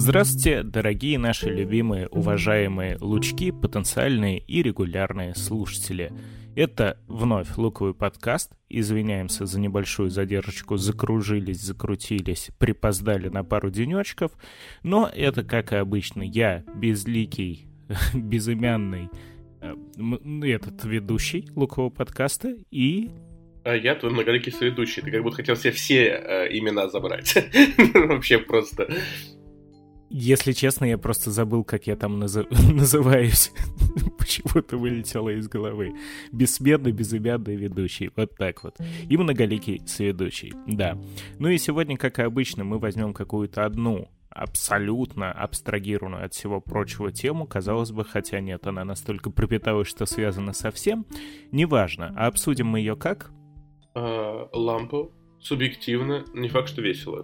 Здравствуйте, дорогие наши любимые, уважаемые лучки, потенциальные и регулярные слушатели. Это вновь Луковый подкаст. Извиняемся за небольшую задержку, закружились, закрутились, припоздали на пару денечков. Но это, как и обычно, я, безликий, безымянный, этот ведущий Лукового подкаста и... А я твой многоликий соведущий. Ты как будто хотел себе все имена забрать. Вообще просто... Если честно, я просто забыл, как я там называюсь. Почему-то вылетело из головы. Бессменный, безымянный ведущий. Вот так вот. И многоликий соведущий. Да. Ну и сегодня, как и обычно, мы возьмем какую-то одну абсолютно абстрагированную от всего прочего тему. Казалось бы, хотя нет, она настолько пропиталась, что связана со всем. Неважно. А обсудим мы ее как? Лампу. Субъективно. Не факт, что весело.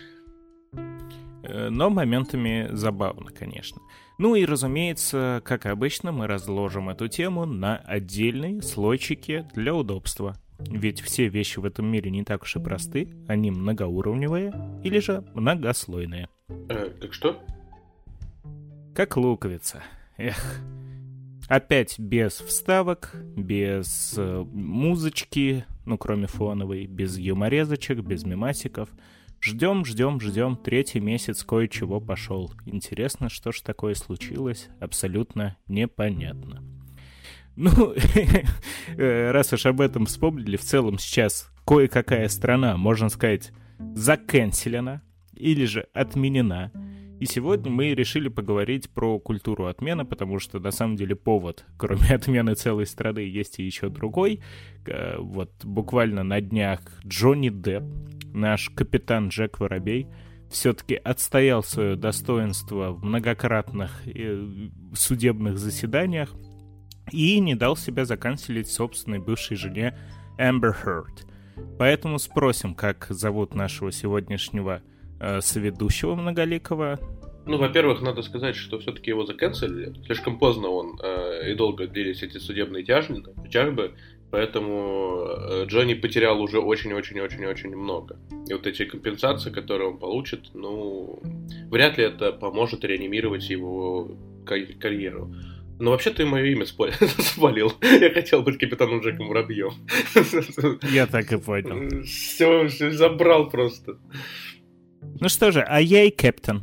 Но моментами забавно, конечно. Ну и, разумеется, как обычно, мы разложим эту тему на отдельные слойчики для удобства. Ведь все вещи в этом мире не так уж и просты, они многоуровневые или же многослойные. Как что? Как луковица. Эх. Опять без вставок, без музычки, ну кроме фоновой, без юморезочек, без мемасиков. Ждем, третий месяц кое-чего пошел. Интересно, что ж такое случилось, абсолютно непонятно. Ну, раз уж об этом вспомнили, в целом сейчас кое-какая страна, можно сказать, закэнселена или же отменена. И сегодня мы решили поговорить про культуру отмены, потому что на самом деле повод, кроме отмены целой страны, есть и еще другой. Вот буквально на днях Джонни Депп, наш капитан Джек Воробей, все-таки отстоял свое достоинство в многократных судебных заседаниях и не дал себя заканцелить собственной бывшей жене Эмбер Хёрд. Поэтому спросим, как зовут нашего сегодняшнего соведущего многоликого. Ну, во-первых, надо сказать, что все-таки его заканцелили. Слишком поздно он и долго длились эти судебные тяжбы, поэтому Джонни потерял уже очень-очень-очень-очень много. И вот эти компенсации, которые он получит, ну, вряд ли это поможет реанимировать его карьеру. Но вообще ты мое имя спалил. Я хотел быть капитаном Джеком Воробьем. Я так и понял. Все забрал просто. Ну что же, ай-яй, капитан.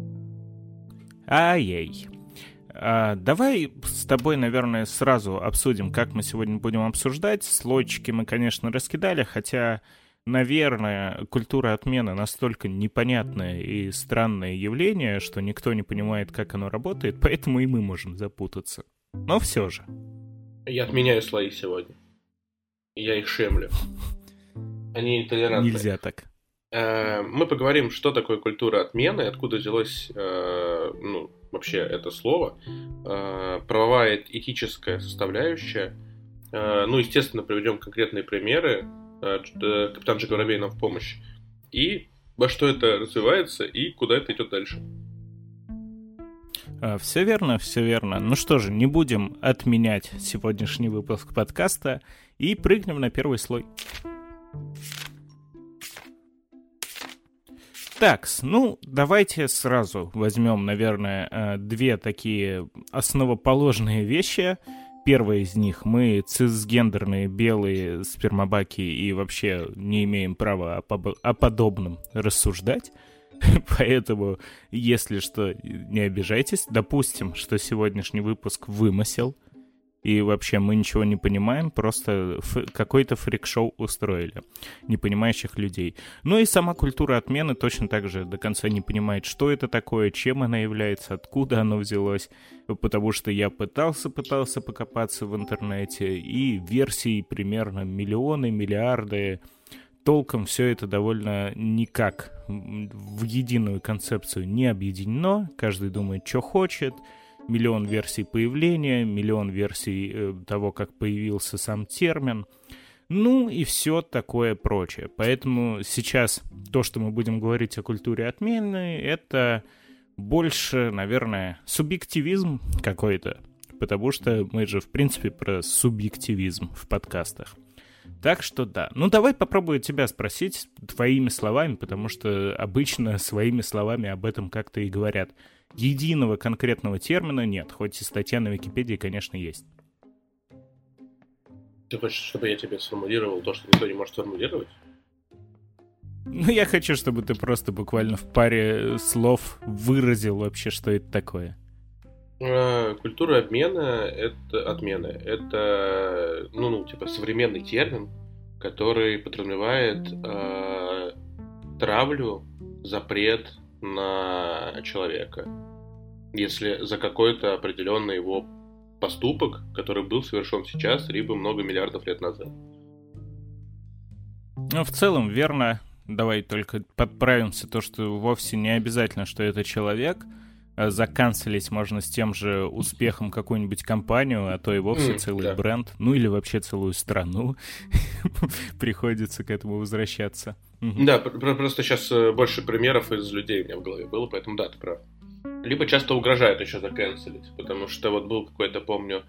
Ай-яй. Давай с тобой, наверное, сразу обсудим, как мы сегодня будем обсуждать. Слойчики мы, конечно, раскидали, хотя, наверное, культура отмены настолько непонятное и странное явление, что никто не понимает, как оно работает, поэтому и мы можем запутаться. Но все же. Я отменяю слои сегодня. Я их шемлю. Они нетолерантны. Нельзя так. Мы поговорим, что такое культура отмены, откуда взялось вообще это слово, правовая этическая составляющая. Естественно, приведем конкретные примеры. Капитан Джек Воробей нам в помощь. И во что это развивается, и куда это идет дальше. Все верно, все верно. Ну что же, не будем отменять сегодняшний выпуск подкаста и прыгнем на первый слой. Так, давайте сразу возьмем, наверное, две такие основоположные вещи. Первая из них: мы цисгендерные белые спермобаки и вообще не имеем права о подобном рассуждать. Поэтому, если что, не обижайтесь. Допустим, что сегодняшний выпуск вымысел. И вообще мы ничего не понимаем, просто какой-то фрик-шоу устроили непонимающих людей. Ну и сама культура отмены точно так же до конца не понимает, что это такое, чем она является, откуда оно взялось. Потому что я пытался покопаться в интернете, и версий примерно миллионы, миллиарды. Толком все это довольно никак в единую концепцию не объединено. Каждый думает, что хочет. Миллион версий появления, миллион версий того, как появился сам термин. Ну и все такое прочее. Поэтому сейчас то, что мы будем говорить о культуре отмены, это больше, наверное, субъективизм какой-то. Потому что мы же, в принципе, про субъективизм в подкастах. Так что да. Ну, давай попробую тебя спросить твоими словами, потому что обычно своими словами об этом как-то и говорят. Единого конкретного термина нет, хоть и статья на Википедии, конечно, есть. Ты хочешь, чтобы я тебе сформулировал то, что никто не может сформулировать? Ну, я хочу, чтобы ты просто буквально в паре слов выразил вообще, что это такое. Культура обмена — это отмена. Это, типа, современный термин, который подразумевает травлю, запрет на человека, если за какой-то определенный его поступок, который был совершен сейчас, либо много миллиардов лет назад. Ну, в целом, верно. Давай только подправимся, то, что вовсе не обязательно, что это человек. Заканцелить можно с тем же успехом какую-нибудь компанию, а то и вовсе целый бренд, ну или вообще целую страну. Приходится к этому возвращаться. Да, просто сейчас больше примеров из людей у меня в голове было, поэтому да, ты прав. Либо часто угрожают еще заканцелить, потому что вот был какой-то, помню,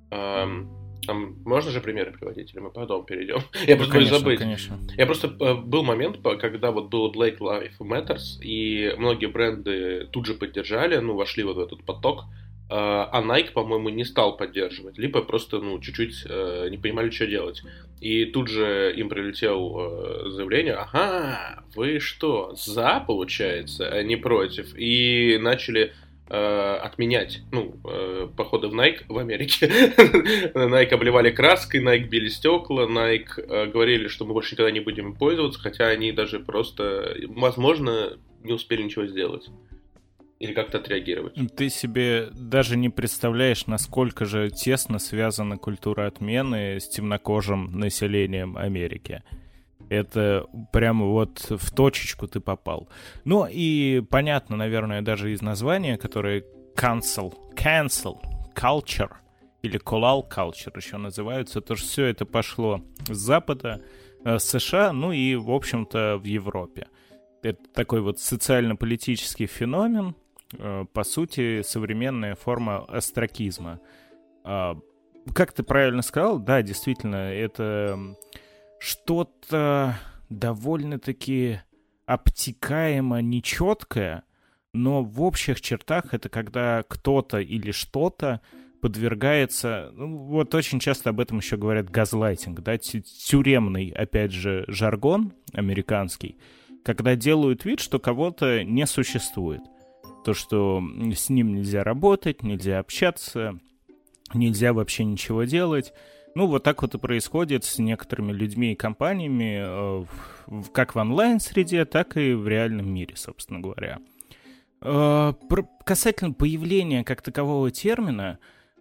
там можно же примеры приводить, или мы потом перейдем? Я просто боюсь забыть. Конечно. Я просто был момент, когда вот было Black Lives Matters, и многие бренды тут же поддержали, вошли вот в этот поток, а Nike, по-моему, не стал поддерживать, либо просто, чуть-чуть не понимали, что делать. И тут же им прилетело заявление: ага, вы что, за, получается, а не против? И начали отменять, походы в Nike в Америке. Nike обливали краской, Nike били стекла, Nike говорили, что мы больше никогда не будем им пользоваться, хотя они даже просто, возможно, не успели ничего сделать. Или как-то отреагировать. Ты себе даже не представляешь, насколько же тесно связана культура отмены с темнокожим населением Америки. Это прямо вот в точечку ты попал. Ну и понятно, наверное, даже из названия, которое cancel culture или колал culture еще называются, то что все это пошло с Запада, с США, ну и, в общем-то, в Европе. Это такой вот социально-политический феномен, по сути, современная форма остракизма. Как ты правильно сказал, да, действительно, это что-то довольно-таки обтекаемо нечеткое, но в общих чертах это когда кто-то или что-то подвергается... вот очень часто об этом еще говорят газлайтинг, да, тюремный, опять же, жаргон американский, когда делают вид, что кого-то не существует. То, что с ним нельзя работать, нельзя общаться, нельзя вообще ничего делать. Вот так вот и происходит с некоторыми людьми и компаниями, как в онлайн-среде, так и в реальном мире, собственно говоря. Касательно появления как такового термина,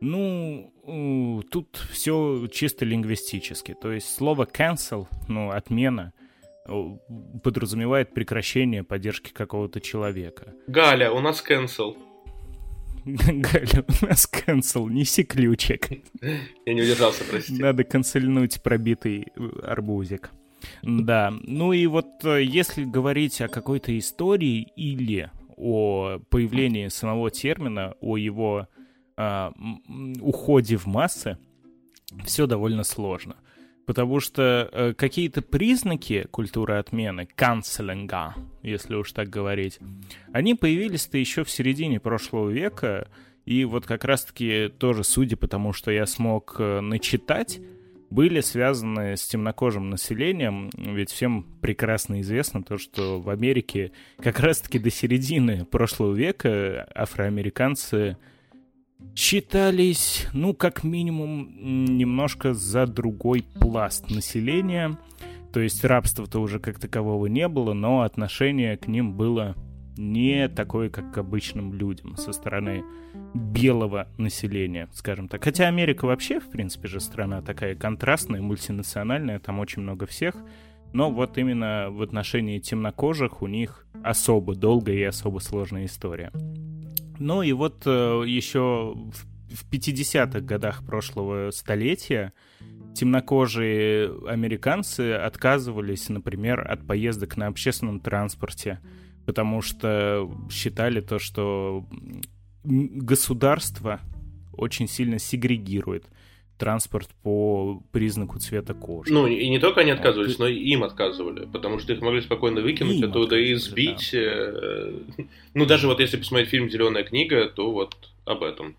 тут все чисто лингвистически. То есть слово cancel, отмена, подразумевает прекращение поддержки какого-то человека. Галя, у нас cancel. Галя, у нас cancel, неси ключик. Я не удержался, прости. Надо канцельнуть пробитый арбузик. Да, и вот если говорить о какой-то истории или о появлении самого термина, о его уходе в массы, все довольно сложно. Потому что какие-то признаки культуры отмены, канцелинга, если уж так говорить, они появились-то еще в середине прошлого века, и вот как раз-таки тоже, судя по тому, что я смог начитать, были связаны с темнокожим населением, ведь всем прекрасно известно то, что в Америке как раз-таки до середины прошлого века афроамериканцы считались, как минимум, немножко за другой пласт населения. То есть рабства-то уже как такового не было, но отношение к ним было не такое, как к обычным людям со стороны белого населения, скажем так. Хотя Америка вообще, в принципе же, страна такая контрастная, мультинациональная, там очень много всех. Но вот именно в отношении темнокожих у них особо долгая и особо сложная история. И вот еще в 50-х годах прошлого столетия темнокожие американцы отказывались, например, от поездок на общественном транспорте, потому что считали то, что государство очень сильно сегрегирует. транспорт по признаку цвета кожи. Ну, и не только они отказывались, но и им отказывали, потому что их могли спокойно выкинуть оттуда и избить. Да. Ну, даже вот если посмотреть фильм «Зеленая книга», то вот об этом.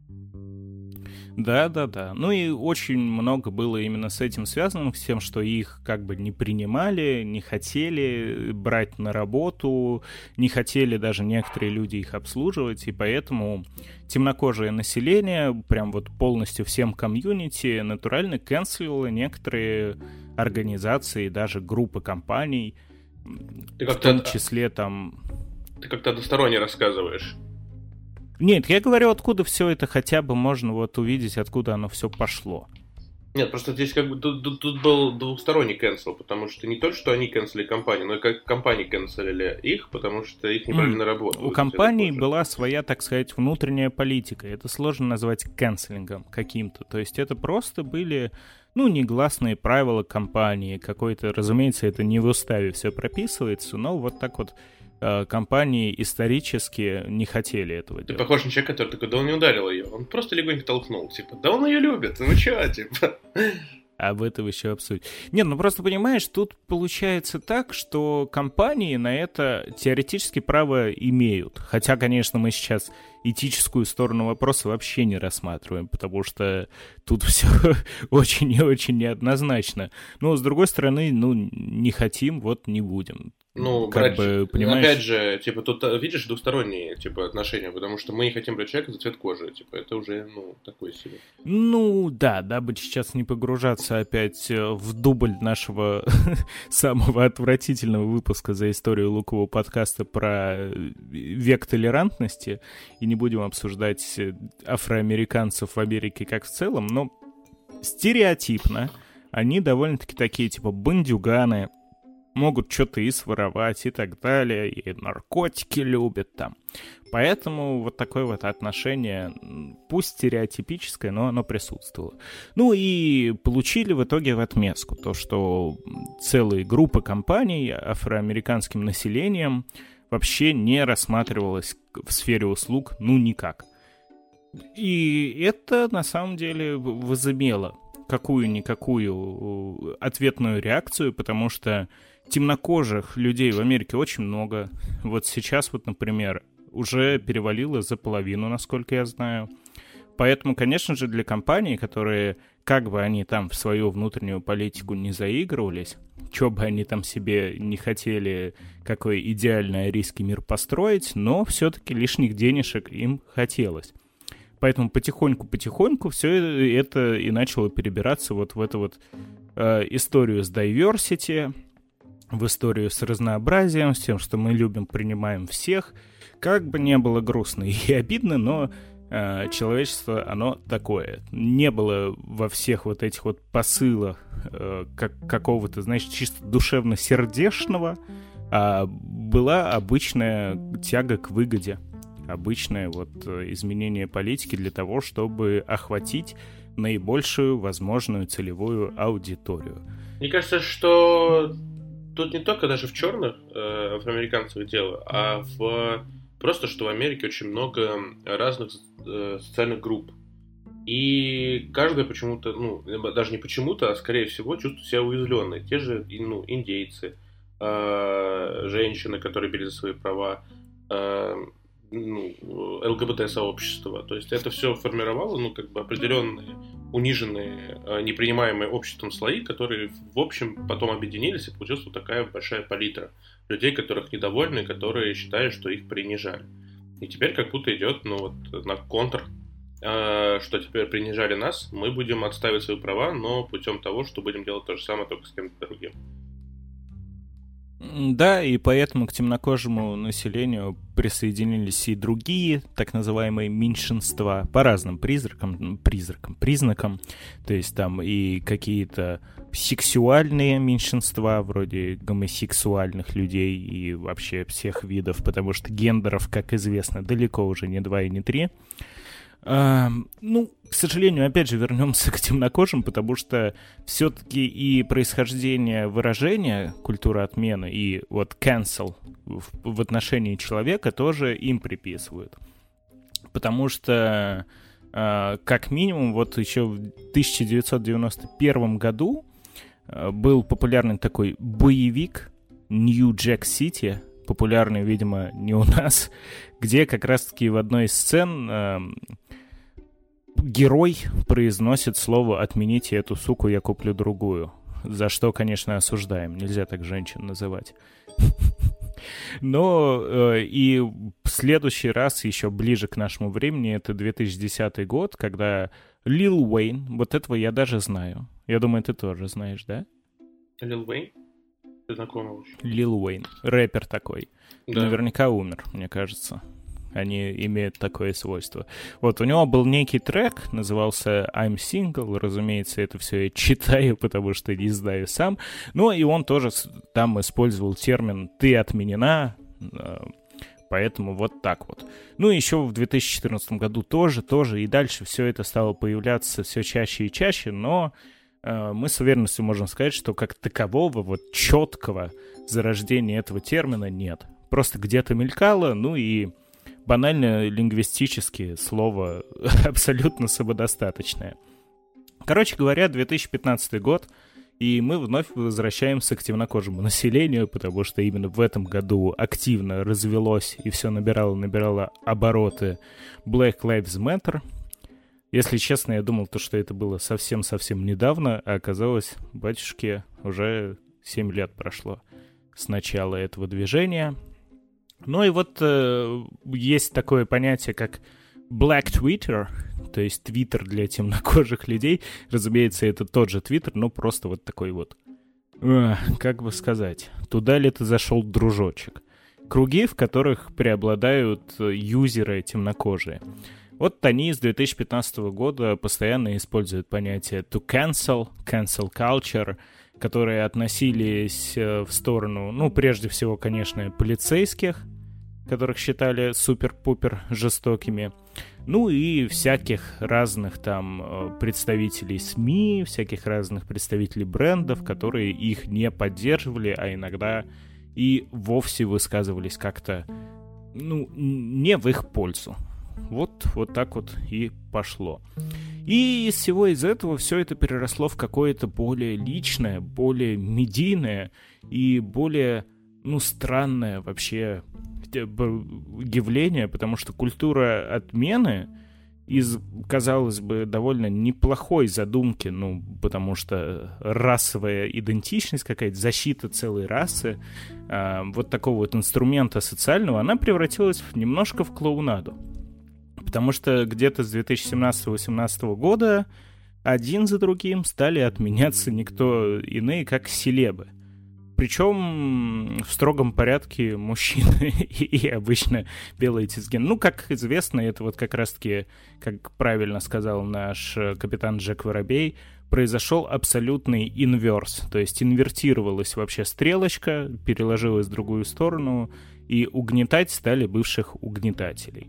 Да. Ну и очень много было именно с этим связано, с тем, что их как бы не принимали, не хотели брать на работу, не хотели даже некоторые люди их обслуживать, и поэтому темнокожее население, прям вот полностью всем комьюнити, натурально канцелило некоторые организации, даже группы компаний, в том числе там... Ты как-то односторонне рассказываешь. Нет, я говорю, откуда все это хотя бы можно вот увидеть, откуда оно все пошло. Нет, просто здесь как бы тут был двухсторонний кэнсел, потому что не только, что они кэнселили компанию, но и как компании кэнселили их, потому что их не брали на работу. У компании была своя, так сказать, внутренняя политика. Это сложно назвать кэнселингом каким-то. То есть это просто были, негласные правила компании. Какой-то, разумеется, это не в уставе все прописывается, но вот так вот компании исторически не хотели этого делать. Ты похож на человека, который такой, да он не ударил ее, он просто легонько толкнул, типа, да он ее любит, ну чё, типа. Об этом еще обсудим. Нет, просто понимаешь, тут получается так, что компании на это теоретически право имеют. Хотя, конечно, мы сейчас этическую сторону вопроса вообще не рассматриваем, потому что тут все очень и очень неоднозначно. Но, с другой стороны, не хотим, вот не будем. Понимаешь? Опять же, типа, тут, видишь, двусторонние, отношения, потому что мы не хотим брать человека за цвет кожи, это уже, такое себе. Да, дабы сейчас не погружаться опять в дубль нашего самого отвратительного выпуска за историю лукового подкаста про век толерантности, и не будем обсуждать афроамериканцев в Америке как в целом, но стереотипно они довольно-таки такие, типа, бандюганы, могут что-то и своровать, и так далее, и наркотики любят там. Поэтому вот такое вот отношение, пусть стереотипическое, но оно присутствовало. И получили в итоге в отместку то, что целые группы компаний афроамериканским населением вообще не рассматривалось в сфере услуг, никак. И это на самом деле возымело какую-никакую ответную реакцию, потому что темнокожих людей в Америке очень много. Вот сейчас, например, уже перевалило за половину, насколько я знаю. Поэтому, конечно же, для компаний, которые, как бы они там в свою внутреннюю политику не заигрывались, что бы они там себе не хотели, какой идеальный арийский мир построить, но все-таки лишних денежек им хотелось. Поэтому потихоньку все это и начало перебираться вот в эту историю с diversity, в историю с разнообразием, с тем, что мы любим, принимаем всех. Как бы не было грустно и обидно, но человечество, оно такое. Не было во всех вот этих посылах какого-то, чисто душевно-сердечного, а была обычная тяга к выгоде. Обычное изменение политики для того, чтобы охватить наибольшую возможную целевую аудиторию. Мне кажется, что тут не только даже в черных афроамериканцах дело, а просто, что в Америке очень много разных социальных групп. И каждая почему-то, даже не почему-то, а скорее всего чувствует себя уязвленной. Те же, индейцы, женщины, которые били за свои права, ЛГБТ-сообщество. То есть это все формировало, определенные униженные, непринимаемые обществом слои, которые, в общем, потом объединились, и получилась такая большая палитра людей, которых недовольны, которые считают, что их принижали. И теперь как будто идет, на контр, что теперь принижали нас, мы будем отстаивать свои права, но путем того, что будем делать то же самое, только с кем-то другим. Да, и поэтому к темнокожему населению присоединились и другие, так называемые меньшинства, по разным признакам. То есть там и какие-то сексуальные меньшинства, вроде гомосексуальных людей и вообще всех видов, потому что гендеров, как известно, далеко уже не 2 и не 3. К сожалению, опять же, вернемся к темнокожим, потому что все-таки и происхождение выражения культура отмены и cancel в отношении человека тоже им приписывают. Потому что как минимум, вот еще в 1991 году был популярный такой боевик New Jack City, популярный, видимо, не у нас, где как раз-таки в одной из сцен герой произносит слово «отмените эту суку, я куплю другую». За что, конечно, осуждаем. Нельзя так женщин называть. Но и в следующий раз, еще ближе к нашему времени, это 2010 год, когда Лил Уэйн, вот этого я даже знаю. Я думаю, ты тоже знаешь, да? Лил Уэйн? Ты знакомый уже? Лил Уэйн, рэпер такой. Да. Наверняка умер, мне кажется. Они имеют такое свойство. Вот, у него был некий трек, назывался I'm Single. Разумеется, это все я читаю, потому что не знаю сам. Ну, и он тоже там использовал термин «ты отменена», поэтому вот так вот. Ну, еще в 2014 году тоже, и дальше все это стало появляться все чаще и чаще, но мы с уверенностью можем сказать, что как такового вот четкого зарождения этого термина нет. Просто где-то мелькало, ну и банально лингвистически слово абсолютно самодостаточное. Короче говоря, 2015 год, и мы вновь возвращаемся к темнокожему населению, потому что именно в этом году активно развелось и все набирало обороты Black Lives Matter. Если честно, я думал, что это было совсем-совсем недавно, а оказалось, батюшки, уже 7 лет прошло с начала этого движения. Ну и вот есть такое понятие, как Black Twitter, то есть Твиттер для темнокожих людей. Разумеется, это тот же Твиттер, но просто вот такой вот, как бы сказать, туда ли ты зашел, дружочек. Круги, в которых преобладают юзеры темнокожие. Вот они с 2015 года постоянно используют понятие to cancel culture, которые относились в сторону, ну, прежде всего, конечно, полицейских, которых считали супер-пупер жестокими, ну и всяких разных там представителей СМИ, всяких разных представителей брендов, которые их не поддерживали, а иногда и вовсе высказывались как-то, ну, не в их пользу. Вот так вот и пошло. И из всего из этого все это переросло в какое-то более личное, более медийное и более, ну, странное вообще явление, потому что культура отмены из, казалось бы, довольно неплохой задумки, ну, потому что расовая идентичность какая-то, защита целой расы, вот такого вот инструмента социального, она превратилась немножко в клоунаду. Потому что где-то с 2017-2018 года один за другим стали отменяться никто иные, как селебы. Причем в строгом порядке мужчины и обычно белые цисгены. Ну, как известно, это вот как раз-таки, как правильно сказал наш капитан Джек Воробей, произошел абсолютный инверс. То есть инвертировалась вообще стрелочка, переложилась в другую сторону, и угнетать стали бывших угнетателей.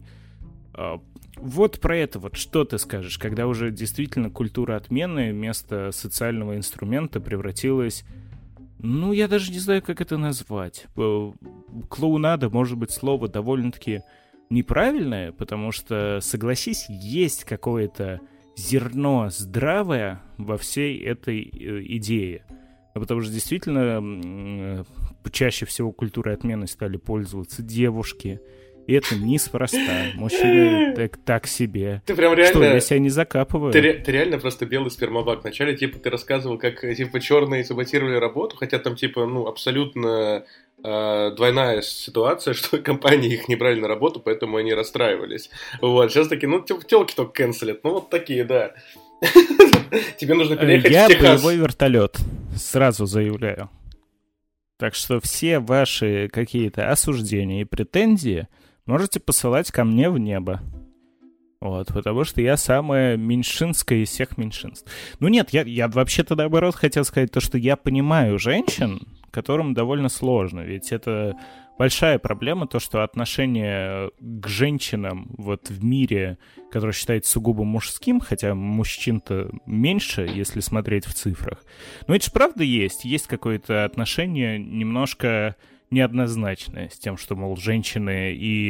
Вот про это вот что ты скажешь, когда уже действительно культура отмены вместо социального инструмента превратилась, ну, я даже не знаю, как это назвать. Клоунада, может быть, слово довольно-таки неправильное, потому что, согласись, есть какое-то зерно здравое во всей этой идее. Потому что действительно чаще всего культурой отмены стали пользоваться девушки. И это неспроста. Мужчины так себе. Ты прям реально... Что, я себя не закапываю? Ты реально просто белый спермобак. Вначале, типа, ты рассказывал, как, типа, черные саботировали работу, хотя там, типа, ну, абсолютно двойная ситуация, что компании их не брали на работу, поэтому они расстраивались. Вот, сейчас такие, ну, телки только канцелят. Ну, вот такие, да. Тебе нужно переехать в Техас. Я боевой вертолет. Сразу заявляю. Так что все ваши какие-то осуждения и претензии можете посылать ко мне в небо. Вот, потому что я самое меньшинское из всех меньшинств. Ну нет, я вообще-то наоборот хотел сказать то, что я понимаю женщин, которым довольно сложно. Ведь это большая проблема, то, что отношение к женщинам вот в мире, который считается сугубо мужским, хотя мужчин-то меньше, если смотреть в цифрах. Но это же правда есть. Есть какое-то отношение немножко неоднозначное с тем, что, мол, женщины и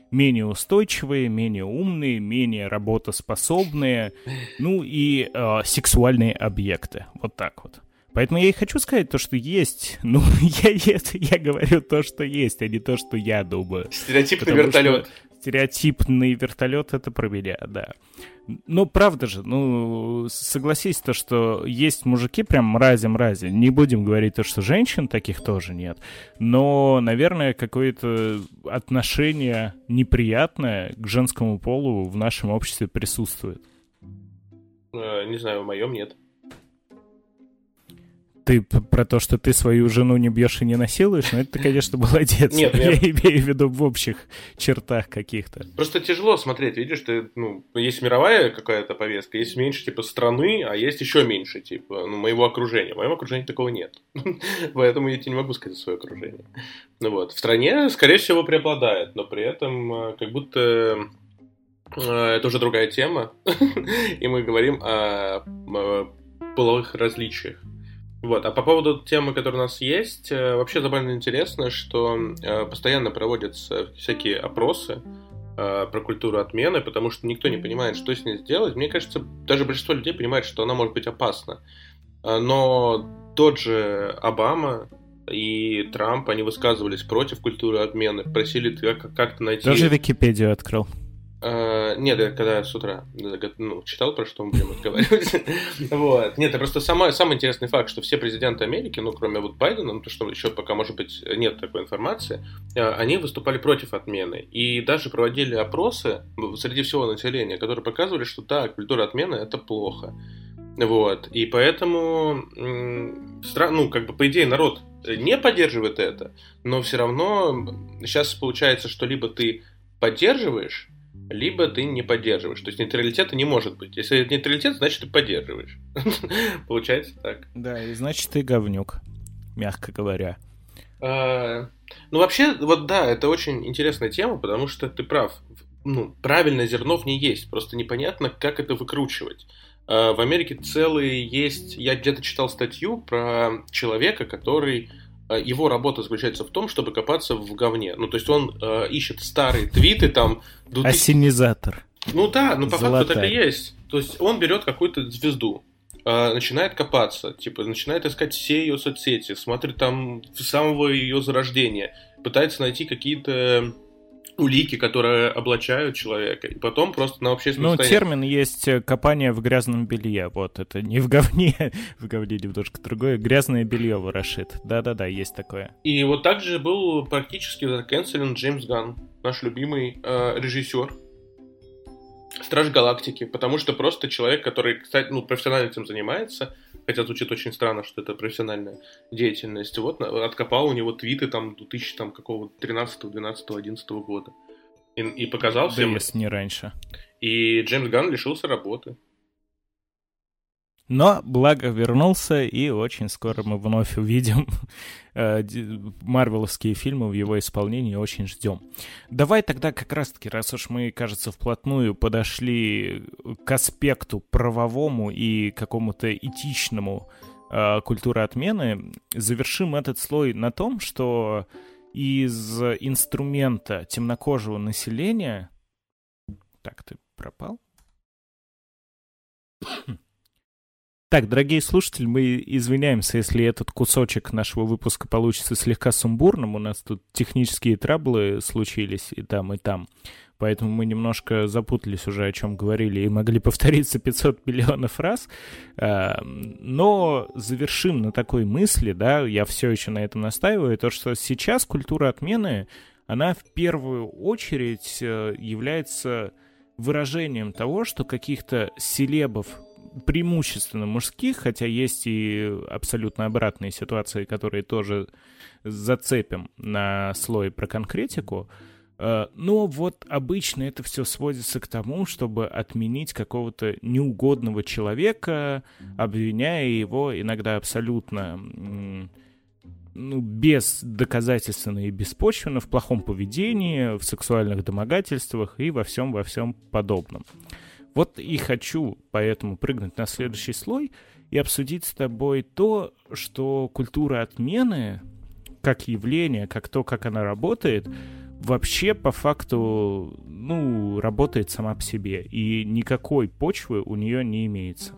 менее устойчивые, менее умные, менее работоспособные, ну и сексуальные объекты. Вот так вот. Поэтому я и хочу сказать то, что есть. Ну, я говорю то, что есть, а не то, что я думаю. Стереотипный вертолет. Стереотипный вертолет — это про меня, да. Ну, правда же, ну, согласись то, что есть мужики прям мрази-мрази. Не будем говорить то, что женщин таких тоже нет. Но, наверное, какое-то отношение неприятное к женскому полу в нашем обществе присутствует. Не знаю, в моем нет. Ты про то, что ты свою жену не бьешь и не насилуешь, но это ты, конечно, молодец. Нет, я имею в виду в общих чертах каких-то. Просто тяжело смотреть, видишь, есть мировая какая-то повестка, есть меньше, типа, страны, а есть еще меньше, типа, моего окружения. В моем окружении такого нет. Поэтому я тебе не могу сказать свое окружение. Ну вот, в стране, скорее всего, преобладает, но при этом как будто это уже другая тема, и мы говорим о половых различиях. Вот. А по поводу темы, которая у нас есть, вообще довольно интересно, что постоянно проводятся всякие опросы про культуру отмены, потому что никто не понимает, что с ней сделать. Мне кажется, даже большинство людей понимает, что она может быть опасна. Но тот же Обама и Трамп, они высказывались против культуры отмены, просили как-то найти... Тоже Википедию открыл? Нет, я когда с утра читал, про что мы будем разговаривать. Вот. Нет, это просто самый интересный факт, что все президенты Америки, ну, кроме вот Байдена, ну, то, что еще пока, может быть, нет такой информации, они выступали против отмены. И даже проводили опросы среди всего населения, которые показывали, что да, культура отмены — это плохо. Вот. И поэтому, как бы, по идее, народ не поддерживает это, но все равно сейчас получается, что либо ты поддерживаешь, либо ты не поддерживаешь. То есть нейтралитета не может быть. Если это нейтралитет, значит ты поддерживаешь. Получается так. Да, и значит ты говнюк, мягко говоря. Ну, вообще, вот да, это очень интересная тема, потому что ты прав. Ну, правильное зерно в ней есть. Просто непонятно, как это выкручивать. В Америке целые есть... Я где-то читал статью про человека, который... Его работа заключается в том, чтобы копаться в говне. Ну, то есть он ищет старые твиты там... Ассенизатор. Ну да, ну по факту так и есть. То есть он берет какую-то звезду, начинает копаться, типа начинает искать все ее соцсети, смотрит там с самого ее зарождения, пытается найти какие-то улики, которые облачают человека, и потом просто на общественном состоянии... термин есть копание в грязном белье, вот, это не в говне, в говне немножко другое, грязное белье ворошит, да-да-да, есть такое. И вот также был практически заканцелен Джеймс Ганн, наш любимый режиссер Страж Галактики, потому что просто человек, который, кстати, профессионально этим занимается, хотя звучит очень странно, что это профессиональная деятельность, вот, откопал у него твиты там 2013, 12, 11 года. И показал всем. Да, если не раньше. И Джеймс Ганн лишился работы. Но, благо, вернулся, и очень скоро мы вновь увидим марвеловские фильмы в его исполнении, очень ждем. Давай тогда как раз-таки, раз уж мы, кажется, вплотную подошли к аспекту правовому и какому-то этичному культуры отмены, завершим этот слой на том, что из инструмента темнокожего населения... Так, ты пропал? Так, дорогие слушатели, мы извиняемся, если этот кусочек нашего выпуска получится слегка сумбурным. У нас тут технические траблы случились и там, и там. Поэтому мы немножко запутались уже, о чем говорили, и могли повториться 500 миллионов раз. Но завершим на такой мысли, да, я все еще на этом настаиваю, то, что сейчас культура отмены, она в первую очередь является выражением того, что каких-то селебов, преимущественно мужских, хотя есть и абсолютно обратные ситуации, которые тоже зацепим на слой про конкретику. Но вот обычно это все сводится к тому, чтобы отменить какого-то неугодного человека, обвиняя его иногда абсолютно бездоказательственно и беспочвенно в плохом поведении, в сексуальных домогательствах и во всем подобном. Вот и хочу поэтому прыгнуть на следующий слой и обсудить с тобой то, что культура отмены, как явление, как то, как она работает, вообще по факту, работает сама по себе, и никакой почвы у нее не имеется.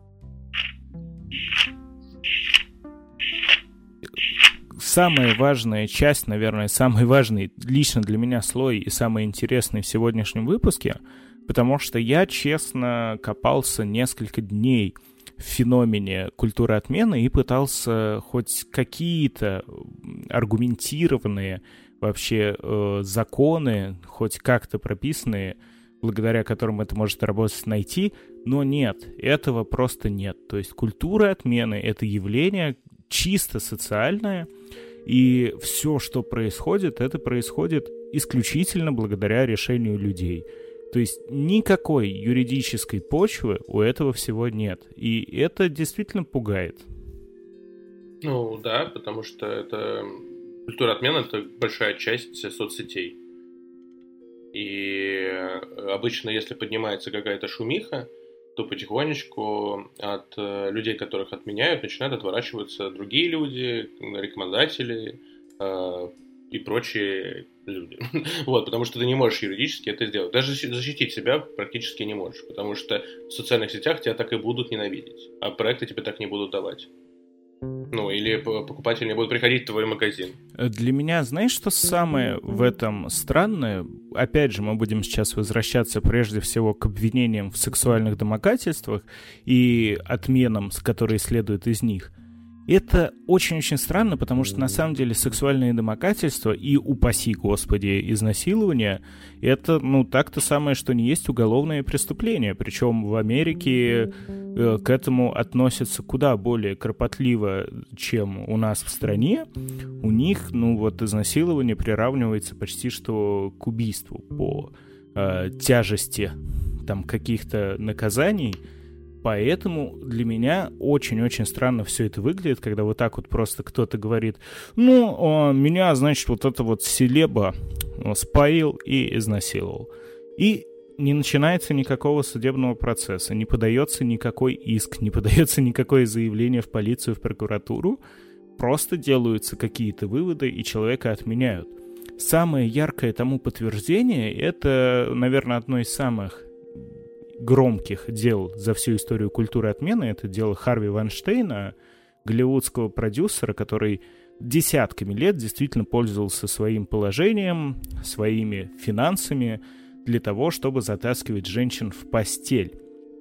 Самая важная часть, наверное, самый важный лично для меня слой и самый интересный в сегодняшнем выпуске, потому что я, честно, копался несколько дней в феномене культуры отмены и пытался хоть какие-то аргументированные вообще законы, хоть как-то прописанные, благодаря которым это может работать, найти, но нет, этого просто нет. То есть культура отмены — это явление чисто социальное, и все, что происходит, это происходит исключительно благодаря решению людей. То есть никакой юридической почвы у этого всего нет. И это действительно пугает. Ну да, потому что это культура отмены — это большая часть соцсетей. И обычно, если поднимается какая-то шумиха, то потихонечку от людей, которых отменяют, начинают отворачиваться другие люди, рекламодатели и прочие люди. Вот, потому что ты не можешь юридически это сделать. Даже защитить себя практически не можешь, потому что в социальных сетях тебя так и будут ненавидеть, а проекты тебе так не будут давать. Или покупатели не будут приходить в твой магазин. Для меня, знаешь, что самое в этом странное? Опять же, мы будем сейчас возвращаться прежде всего к обвинениям в сексуальных домогательствах и отменам, которые следуют из них. Это очень-очень странно, потому что на самом деле сексуальные домогательства и, упаси господи, изнасилование — это, так-то самое, что не есть уголовное преступление. Причем в Америке к этому относятся куда более кропотливо, чем у нас в стране. У них, изнасилование приравнивается почти что к убийству по тяжести там каких-то наказаний. Поэтому для меня очень-очень странно все это выглядит, когда вот так вот просто кто-то говорит: меня, значит, вот это вот селеба споил и изнасиловал. И не начинается никакого судебного процесса, не подается никакой иск, не подается никакое заявление в полицию, в прокуратуру, просто делаются какие-то выводы и человека отменяют. Самое яркое тому подтверждение — это, наверное, одно из самых громких дел за всю историю культуры отмены. Это дело Харви Вайнштейна, голливудского продюсера, который десятками лет действительно пользовался своим положением, своими финансами для того, чтобы затаскивать женщин в постель.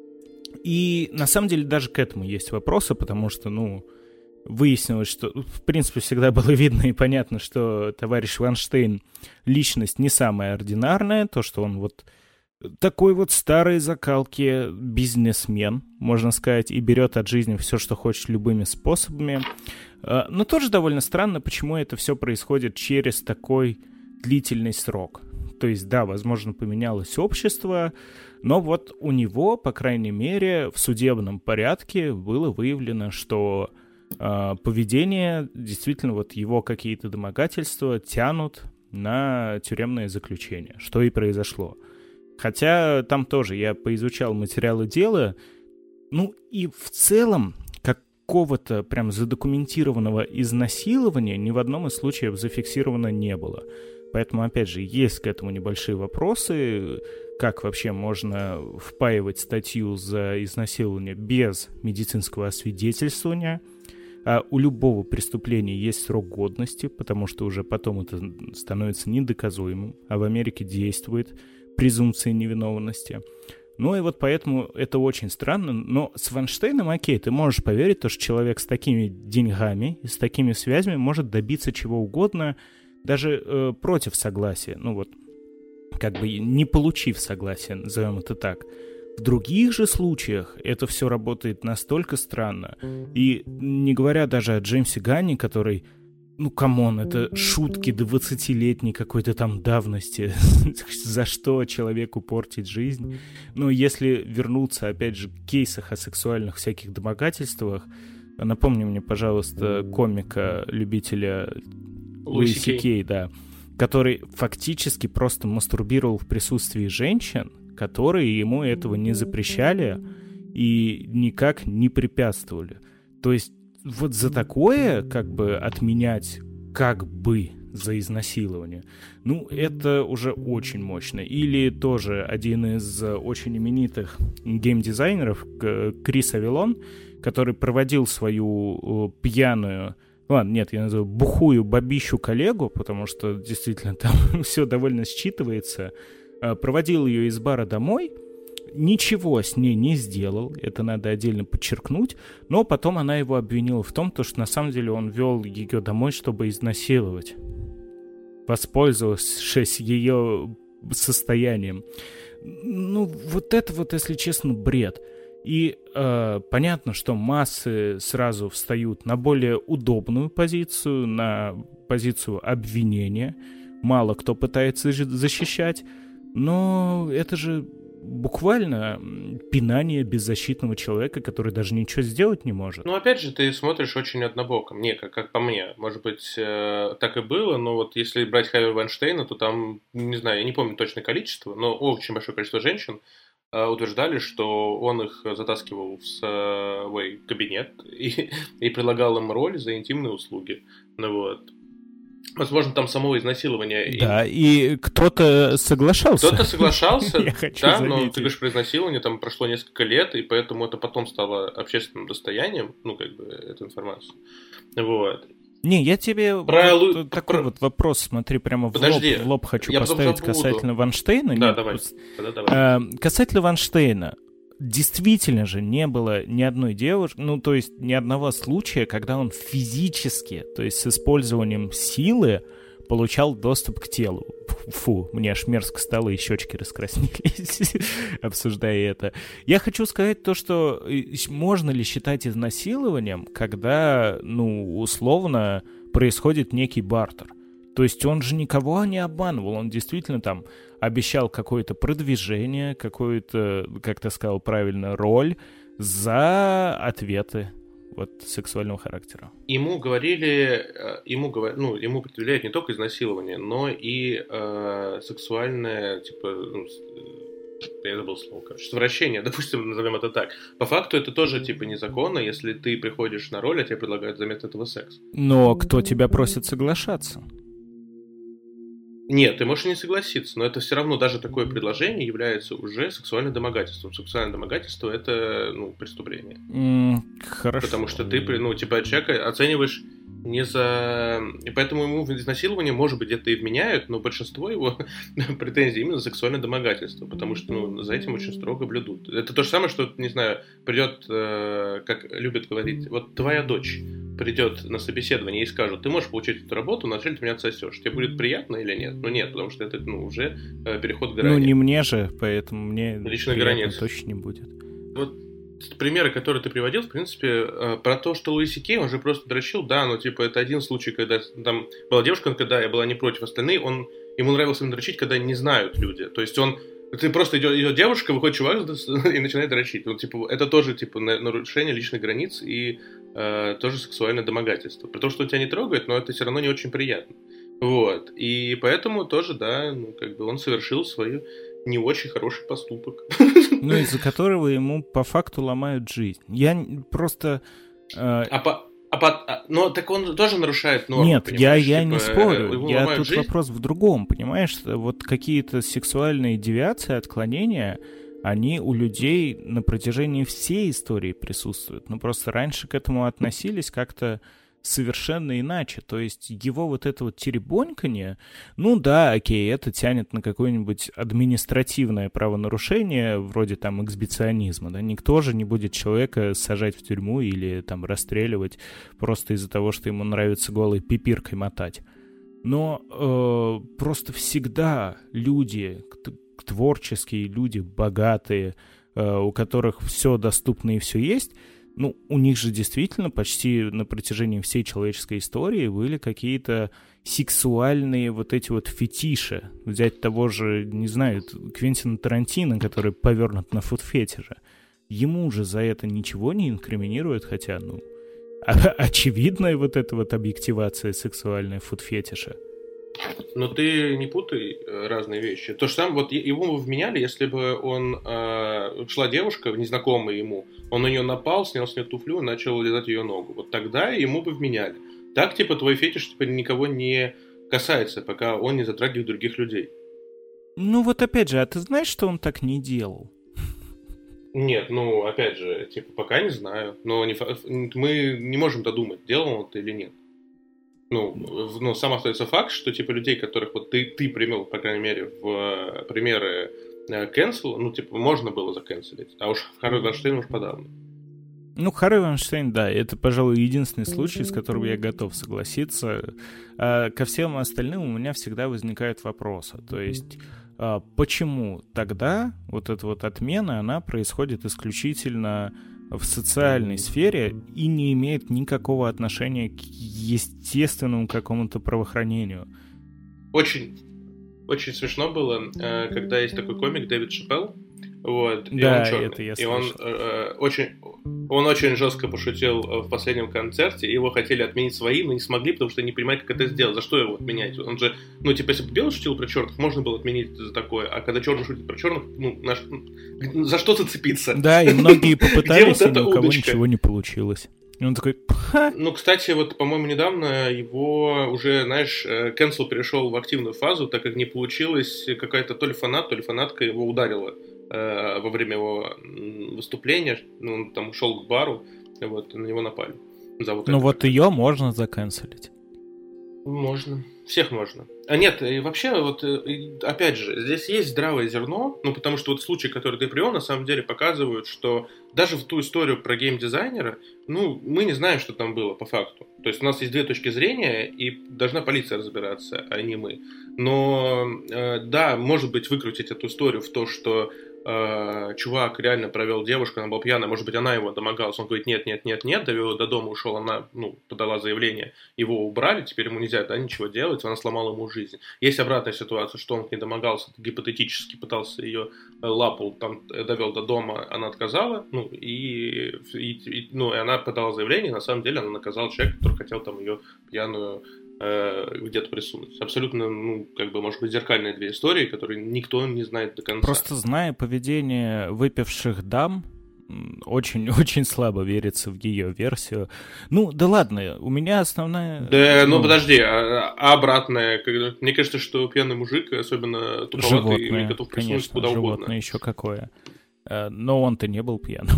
И на самом деле даже к этому есть вопросы, потому что, выяснилось, что, в принципе, всегда было видно и понятно, что товарищ Вайнштейн личность не самая ординарная, то, что он такой вот старой закалки бизнесмен, можно сказать, и берет от жизни все, что хочет, любыми способами. Но тоже довольно странно, почему это все происходит через такой длительный срок. То есть, да, возможно, поменялось общество, но вот у него, по крайней мере, в судебном порядке было выявлено, что поведение, действительно, вот его какие-то домогательства тянут на тюремное заключение, что и произошло. Хотя там тоже я поизучал материалы дела, и в целом какого-то прям задокументированного изнасилования ни в одном из случаев зафиксировано не было. Поэтому, опять же, есть к этому небольшие вопросы, как вообще можно впаивать статью за изнасилование без медицинского освидетельствования. А у любого преступления есть срок годности, потому что уже потом это становится недоказуемым, а в Америке действует презумпция невиновности. И вот поэтому это очень странно. Но с Вайнштейном, окей, ты можешь поверить, что человек с такими деньгами и с такими связями может добиться чего угодно, даже против согласия. Не получив согласия, назовем это так. В других же случаях это все работает настолько странно. И не говоря даже о Джеймсе Ганне, который... камон, это шутки 20-летней какой-то там давности. За что человеку портить жизнь? Если вернуться, опять же, к кейсах о сексуальных всяких домогательствах, напомни мне, пожалуйста, комика-любителя Луи Си Кей, да, который фактически просто мастурбировал в присутствии женщин, которые ему этого не запрещали и никак не препятствовали. То есть вот за такое отменять за изнасилование. Ну, это уже очень мощно. Или тоже один из очень именитых геймдизайнеров, Крис Авилон, который проводил свою пьяную... Ладно, нет, я назову бухую бабищу коллегу, потому что действительно там все довольно считывается. Проводил ее из бара домой, ничего с ней не сделал, это надо отдельно подчеркнуть, но потом она его обвинила в том, что на самом деле он вел ее домой, чтобы изнасиловать, воспользовавшись ее состоянием. Ну, вот это вот, если честно, бред. И понятно, что массы сразу встают на более удобную позицию, на позицию обвинения. Мало кто пытается защищать, но это же буквально пинание беззащитного человека, который даже ничего сделать не может. Ну, опять же, ты смотришь очень однобоко. Мне, как по мне. Может быть, так и было, но вот если брать Харви Вайнштейна, то там, не знаю, я не помню точное количество, но очень большое количество женщин утверждали, что он их затаскивал в свой кабинет и предлагал им роль за интимные услуги. Ну вот. Возможно, там самого изнасилования... Да, и кто-то соглашался. Кто-то соглашался, я хочу да, заметить. но ты говоришь про изнасилование, там прошло несколько лет, и поэтому это потом стало общественным достоянием, ну, как бы, эта информация. Вот. Не, я тебе такой вот вопрос, смотри, прямо в лоб хочу поставить касательно Вайнштейна. Да, давай. Касательно Вайнштейна. Действительно же не было ни одной девушки, ну, то есть ни одного случая, когда он физически, то есть с использованием силы, получал доступ к телу. Фу, мне аж мерзко стало, и щечки раскраснелись, обсуждая это. Я хочу сказать то, что можно ли считать изнасилованием, когда, ну, условно, происходит некий бартер. То есть он же никого не обманывал, он действительно там обещал какое-то продвижение, какую-то, как ты сказал правильно, роль за ответы вот сексуального характера. Ему предъявляют не только изнасилование, но и сексуальное, типа, я забыл слово, короче, совращение, допустим, назовем это так. По факту это тоже, типа, незаконно, если ты приходишь на роль, а тебе предлагают взамен этого секс. Но кто тебя просит соглашаться? Нет, ты можешь не согласиться, но это все равно даже такое предложение является уже сексуальным домогательством. Сексуальное домогательство — это, ну, преступление. Хорошо. Потому что ты, ну, типа, человека оцениваешь не за... И поэтому ему изнасилование, может быть, где-то и вменяют, но большинство его претензий именно за сексуальное домогательство, потому что, ну, за этим очень строго блюдут. Это то же самое, что, не знаю, придет, как любят говорить, вот твоя дочь придет на собеседование и скажет: ты можешь получить эту работу, но ты меня отсосешь. Тебе будет приятно или нет? Ну нет, потому что это, ну, уже переход грани. Ну не мне же, поэтому мне личной границы точно не будет. Вот примеры, которые ты приводил, в принципе, про то, что Луи Си Кей, он же просто дрочил, да, но типа это один случай, когда там была девушка, когда я была не против, остальные, ему нравилось именно дрочить, когда не знают люди. То есть ты просто идет девушка, выходит чувак и начинает дрочить. Ну, типа, это тоже типа нарушение личных границ и тоже сексуальное домогательство. При том, что он тебя не трогает, но это все равно не очень приятно. Вот. И поэтому тоже, да, ну, как бы он совершил свою не очень хороший поступок. Ну, из-за которого ему по факту ломают жизнь. Я просто... Но так он тоже нарушает нормы. Нет, я типа, не спорю. Я тут вопрос в другом, понимаешь? Вот какие-то сексуальные девиации, отклонения, они у людей на протяжении всей истории присутствуют. Но просто раньше к этому относились как-то совершенно иначе. То есть его вот это вот теребоньканье, ну да, окей, это тянет на какое-нибудь административное правонарушение, вроде там эксбиционизма, да, никто же не будет человека сажать в тюрьму или там расстреливать просто из-за того, что ему нравится голой пипиркой мотать. Но просто всегда люди, творческие люди, богатые, у которых все доступно и все есть, ну, у них же действительно почти на протяжении всей человеческой истории были какие-то сексуальные вот эти вот фетиши. Взять того же, не знаю, Квентина Тарантино, который повернут на фуд-фетише. Ему же за это ничего не инкриминируют, хотя, ну, очевидная вот эта вот объективация сексуальная фуд-фетиша. Но ты не путай разные вещи. То же самое, вот его вменяли, если бы шла девушка, незнакомая ему, он на нее напал, снял с нее туфлю и начал лизать ее ногу. Вот тогда ему бы вменяли. Так, типа, твой фетиш типа, никого не касается, пока он не затрагивает других людей. Ну вот опять же, а ты знаешь, что он так не делал? Нет, ну, опять же, типа, пока не знаю. Но мы не можем додумать, делал он это или нет. Ну, сам остается факт, что, типа, людей, которых вот ты привел, по крайней мере, в примеры cancel, ну, типа, можно было заканцелить. А уж Харви Вайнштейн уж подавно. Ну, Харви Вайнштейн, да, это, пожалуй, единственный случай, с которым я готов согласиться. А ко всем остальным у меня всегда возникают вопросы. То есть, почему тогда вот эта вот отмена, она происходит исключительно в социальной сфере и не имеет никакого отношения к естественному какому-то правоохранению? Очень, очень смешно было, когда есть такой комик Дэвид Шапелл, вот, и да, он черный. это я слышал. Он очень жестко пошутил в последнем концерте, его хотели отменить свои, но не смогли, потому что не понимают, как это сделать. За что его отменять? Он же, ну, типа, если бы белый шутил про черных, можно было отменить за такое, а когда черный шутит про черных, за что зацепиться? Да, и многие попытались, и ни у кого ничего не получилось. И он такой... Ну, кстати, вот, по-моему, недавно его уже, знаешь, cancel перешел в активную фазу, так как не получилось, какая-то то ли фанат, то ли фанатка его ударила во время его выступления. Он там ушел к бару, вот, на него напали. Ну, вот ее можно заканцелить. Можно. Всех можно. А нет, и вообще, вот, опять же, здесь есть здравое зерно, ну, потому что вот случаи, которые ты привел, на самом деле показывают, что даже в ту историю про геймдизайнера, ну, мы не знаем, что там было по факту. То есть у нас есть две точки зрения, и должна полиция разбираться, а не мы. Но, да, может быть, выкрутить эту историю в то, что чувак реально провел девушку, она была пьяная, может быть, она его домогалась, он говорит, нет, довел ее до дома, ушел, она, ну, подала заявление, его убрали, теперь ему нельзя, да, ничего делать, она сломала ему жизнь. Есть обратная ситуация, что он к ней домогался, гипотетически пытался ее лапал, там, довел до дома, она отказала, ну, и она подала заявление, и на самом деле она наказала человека, который хотел там ее пьяную где-то присунуть. Абсолютно, ну, как бы, может быть, зеркальные две истории, которые никто не знает до конца. Просто зная поведение выпивших дам, очень-очень слабо верится в ее версию. Ну, да ладно, у меня основная... Да, ну подожди, а обратное, когда... Мне кажется, что пьяный мужик, особенно туповатый, готов присунуть куда угодно. Животное еще какое. Но он-то не был пьяным.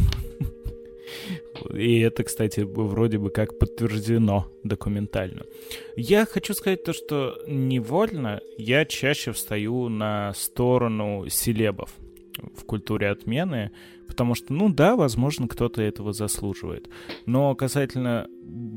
И это, кстати, вроде бы как подтверждено документально. Я хочу сказать то, что невольно я чаще встаю на сторону селебов в культуре отмены, потому что, ну да, возможно, кто-то этого заслуживает. Но касательно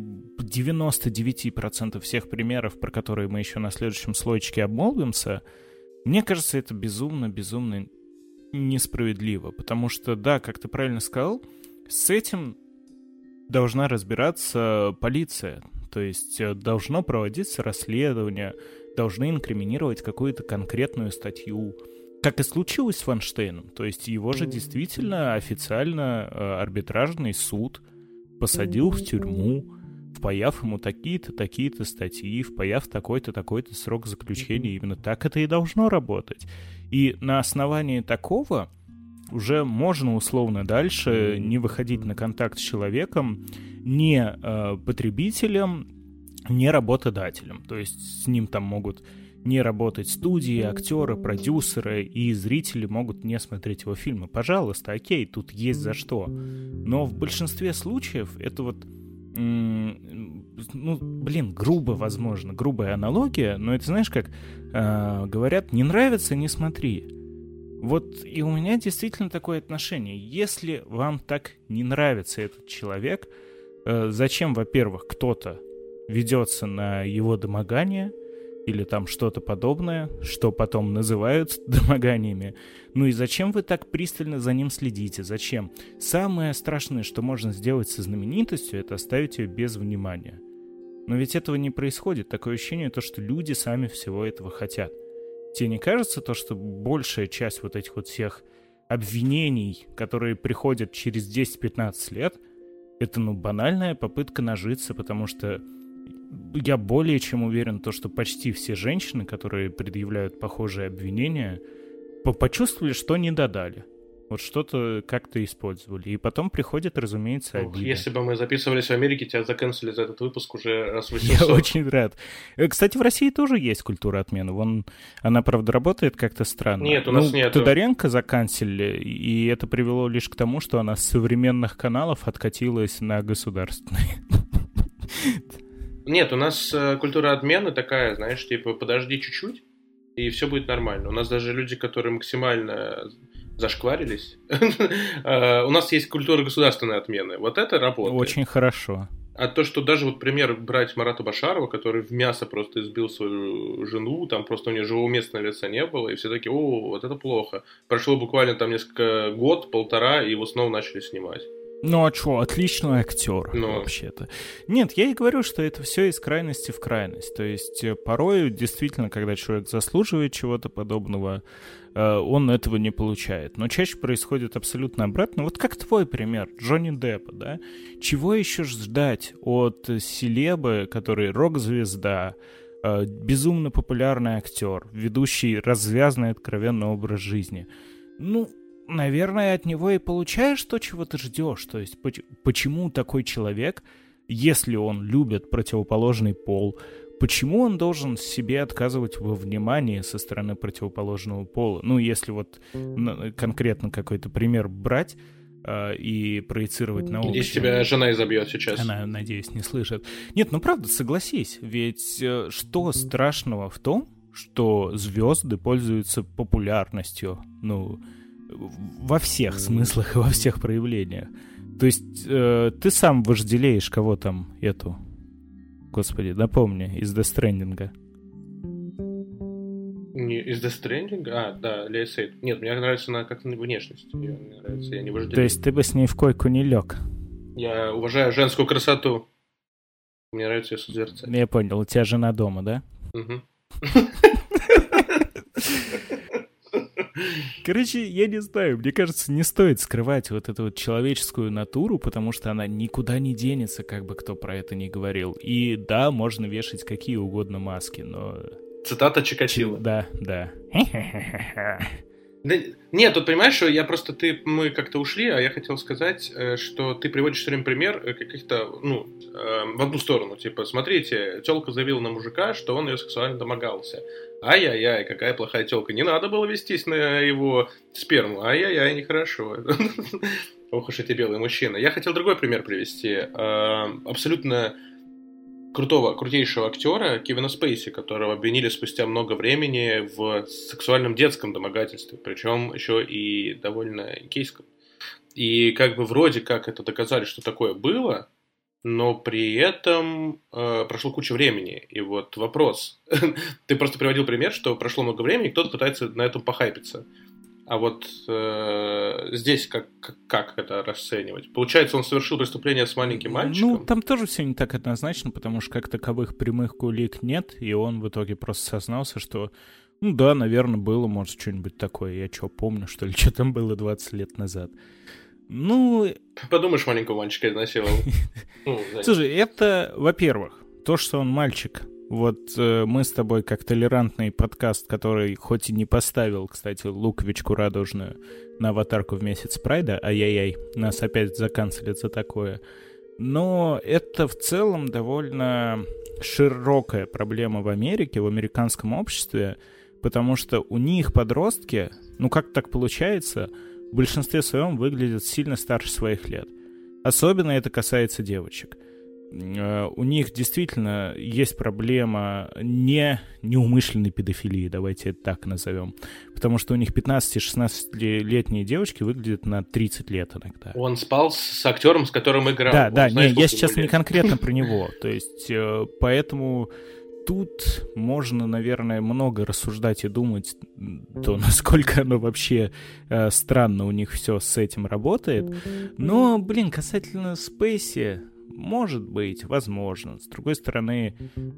99% всех примеров, про которые мы еще на следующем слойчике обмолвимся, мне кажется, это безумно несправедливо. Потому что, да, как ты правильно сказал, с этим должна разбираться полиция. То есть должно проводиться расследование, должны инкриминировать какую-то конкретную статью. Как и случилось с Вайнштейном. То есть его же действительно официально арбитражный суд посадил в тюрьму, впаяв ему такие-то статьи, впаяв такой-то срок заключения. Именно так это и должно работать. И на основании такого уже можно условно дальше не выходить на контакт с человеком, не потребителем, не работодателем. То есть с ним там могут не работать студии, актеры, продюсеры, и зрители могут не смотреть его фильмы. Пожалуйста, окей, тут есть за что. Но в большинстве случаев это вот, грубая аналогия, но это, знаешь, как говорят, не нравится, не смотри. Вот и у меня действительно такое отношение. Если вам так не нравится этот человек, зачем, во-первых, кто-то ведется на его домогание или там что-то подобное, что потом называют домоганиями? Ну и зачем вы так пристально за ним следите? Зачем? Самое страшное, что можно сделать со знаменитостью, это оставить ее без внимания. Но ведь этого не происходит. Такое ощущение, что люди сами всего этого хотят. Тебе не кажется то, что большая часть вот этих вот всех обвинений, которые приходят через 10-15 лет, это, банальная попытка нажиться, потому что я более чем уверен, то, что почти все женщины, которые предъявляют похожие обвинения, почувствовали, что не додали. Вот что-то как-то использовали. И потом приходит, разумеется, обида. Если бы мы записывались в Америке, тебя заканцелили за этот выпуск уже раз 800. Я очень рад. Кстати, в России тоже есть культура отмены. Она, правда, работает как-то странно. Нет, у нас нет. Тодоренко заканцелили, и это привело лишь к тому, что она с современных каналов откатилась на государственные. Нет, у нас культура отмены такая, знаешь, типа, подожди чуть-чуть, и все будет нормально. У нас даже люди, которые максимально зашкварились. У нас есть культура государственной отмены. Вот это работает. Очень хорошо. А то, что даже вот пример брать Марата Башарова, который в мясо просто избил свою жену, там просто у нее живого места на лице не было, и все такие, вот это плохо. Прошло буквально там несколько полтора, и его снова начали снимать. Ну а что, отличный актер вообще-то. Нет, я и говорю, что это все из крайности в крайность. То есть порой действительно, когда человек заслуживает чего-то подобного, он этого не получает. Но чаще происходит абсолютно обратно. Вот как твой пример, Джонни Деппа, да? Чего еще ждать от селебы, который рок-звезда, безумно популярный актер, ведущий развязный, откровенный образ жизни? Ну, наверное, от него и получаешь то, чего ты ждешь. То есть почему такой человек, если он любит противоположный пол, почему он должен себе отказывать во внимании со стороны противоположного пола? Ну, если вот конкретно какой-то пример брать и проецировать на общее. Здесь тебя жена изобьет сейчас. Она, надеюсь, не слышит. Нет, ну правда, согласись. Ведь что страшного в том, что звезды пользуются популярностью, ну, во всех смыслах и во всех проявлениях. То есть ты сам вожделеешь кого там эту... Господи, напомни, из Death Stranding. Не, из Death Stranding? А, да, Лея Сейд. Нет, мне нравится она как-то внешность. Мне нравится, я не вожделею. То есть ты бы с ней в койку не лег? Я уважаю женскую красоту. Мне нравится ее созерцать. Я понял, у тебя жена дома, да? Угу. Короче, я не знаю, мне кажется, не стоит скрывать вот эту вот человеческую натуру, потому что она никуда не денется, как бы кто про это ни говорил. И да, можно вешать какие угодно маски, но... Цитата Чикатило. Да, да. Да, нет, тут понимаешь, что мы как-то ушли, а я хотел сказать, что ты приводишь все время пример каких-то, в одну сторону, типа, смотрите, тёлка заявила на мужика, что он ее сексуально домогался. Ай-яй-яй, какая плохая тёлка, не надо было вестись на его сперму, ай-яй-яй, нехорошо. Ох уж эти белые мужчины. Я хотел другой пример привести, абсолютно крутейшего актера Кевина Спейси, которого обвинили спустя много времени в сексуальном детском домогательстве, причем еще и довольно кейском. И как бы вроде как это доказали, что такое было, но при этом прошло куча времени. И вот вопрос. Ты просто приводил пример, что прошло много времени, и кто-то пытается на этом похайпиться. А вот здесь как это расценивать? Получается, он совершил преступление с маленьким мальчиком? Ну, там тоже все не так однозначно, потому что как таковых прямых улик нет, и он в итоге просто сознался, что, ну да, наверное, было, может, что-нибудь такое. Я что, помню, что ли, что там было 20 лет назад? Ну... Подумаешь, маленького мальчика изнасиловал. Слушай, это, во-первых, то, что он мальчик. Вот мы с тобой, как толерантный подкаст, который хоть и не поставил, кстати, луковичку радужную на аватарку в месяц Прайда, ай-яй-яй, нас опять заканцелят за такое, но это в целом довольно широкая проблема в Америке, в американском обществе, потому что у них подростки, ну как так получается, в большинстве своем выглядят сильно старше своих лет. Особенно это касается девочек. У них действительно есть проблема неумышленной педофилии, давайте это так назовем. Потому что у них 15-16-летние девочки выглядят на 30 лет иногда. Он спал с актером, с которым играл. Да, я сейчас не конкретно про него. То есть, поэтому тут можно, наверное, много рассуждать и думать, то насколько оно вообще странно у них все с этим работает. Но, касательно Спейси... Может быть, возможно. С другой стороны,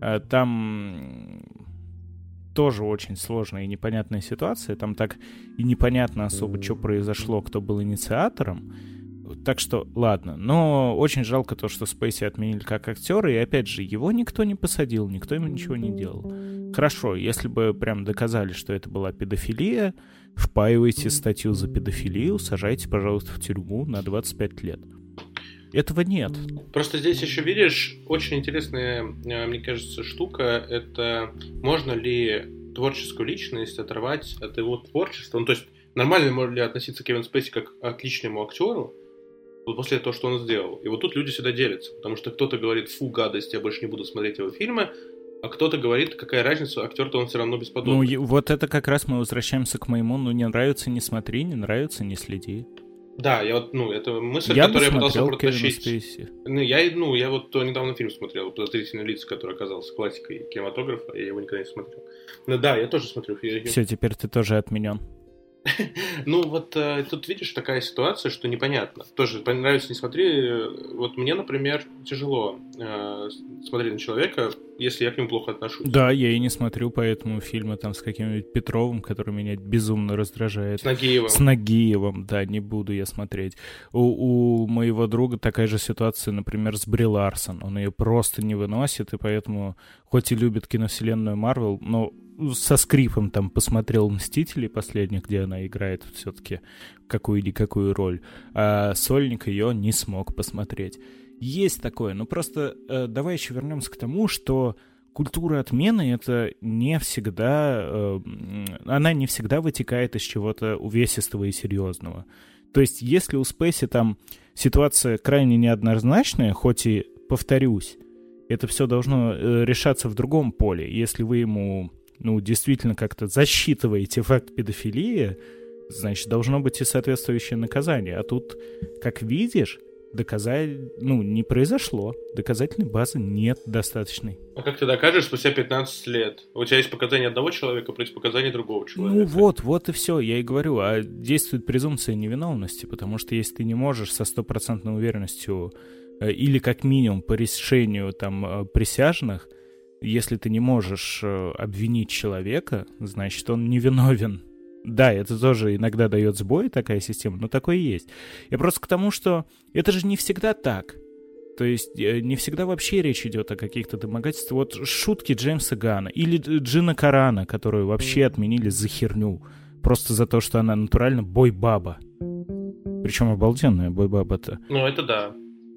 там тоже очень сложная и непонятная ситуация. Там так и непонятно особо, что произошло, кто был инициатором. Так что, ладно. Но очень жалко то, что Спейси отменили как актера. И опять же, его никто не посадил, никто ему ничего не делал. Хорошо, если бы прям доказали, что это была педофилия, впаиваете статью за педофилию, сажайте, пожалуйста, в тюрьму на 25 лет. Этого нет. Просто здесь еще, видишь, очень интересная, мне кажется, штука, это можно ли творческую личность оторвать от его творчества. Ну, то есть, нормально можно ли относиться к Кевину Спейси как к отличному актеру, вот после того, что он сделал. И вот тут люди всегда делятся, потому что кто-то говорит: фу, гадость, я больше не буду смотреть его фильмы, а кто-то говорит: какая разница, актер-то он все равно бесподобный. Ну, вот это как раз мы возвращаемся к моему: ну, не нравится — не смотри, не нравится — не следи. Да, я вот, это мысль, я которую я пытался протащить. Я вот недавно фильм смотрел «Подозрительные лица», который оказался классикой кинематографа, я его никогда не смотрел. Ну да, я тоже смотрю. Все, теперь ты тоже отменен. Ну вот тут видишь такая ситуация, что непонятно. Тоже нравится, не смотри. Вот мне, например, тяжело смотреть на человека, если я к нему плохо отношусь. Да, я и не смотрю поэтому фильмы там с каким-нибудь Петровым, который меня безумно раздражает. С Нагиевым. С Нагиевым, да, не буду я смотреть. У моего друга такая же ситуация, например, с Бри Ларсон. Он ее просто не выносит, и поэтому, хоть и любит киновселенную Марвел, но со скрипом там посмотрел «Мстителей» последних, где она играет все-таки какую-никакую роль, а «Сольник» ее не смог посмотреть. Есть такое, но просто давай еще вернемся к тому, что культура отмены — это не всегда, она не всегда вытекает из чего-то увесистого и серьезного. То есть если у Спейси там ситуация крайне неоднозначная, хоть и, повторюсь, это все должно решаться в другом поле. Если вы ему действительно как-то засчитываете факт педофилии, значит, должно быть и соответствующее наказание. А тут, как видишь, доказать, не произошло. Доказательной базы нет достаточной. А как ты докажешь спустя 15 лет? У тебя есть показания одного человека против показаний другого человека. Вот и все, я и говорю. А действует презумпция невиновности, потому что если ты не можешь со 100% уверенностью или как минимум по решению там присяжных, если ты не можешь обвинить человека, значит, он невиновен. Да, это тоже иногда дает сбой, такая система, но такое есть. Я просто к тому, что это же не всегда так. То есть не всегда вообще речь идет о каких-то домогательствах. Вот шутки Джеймса Ганна или Джина Карана, которую вообще отменили за херню. Просто за то, что она натурально бой-баба. Причем обалденная бой-баба-то. Ну, это да.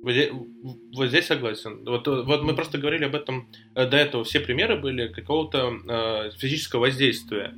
Вот здесь согласен. Вот мы просто говорили об этом до этого. Все примеры были какого-то физического воздействия.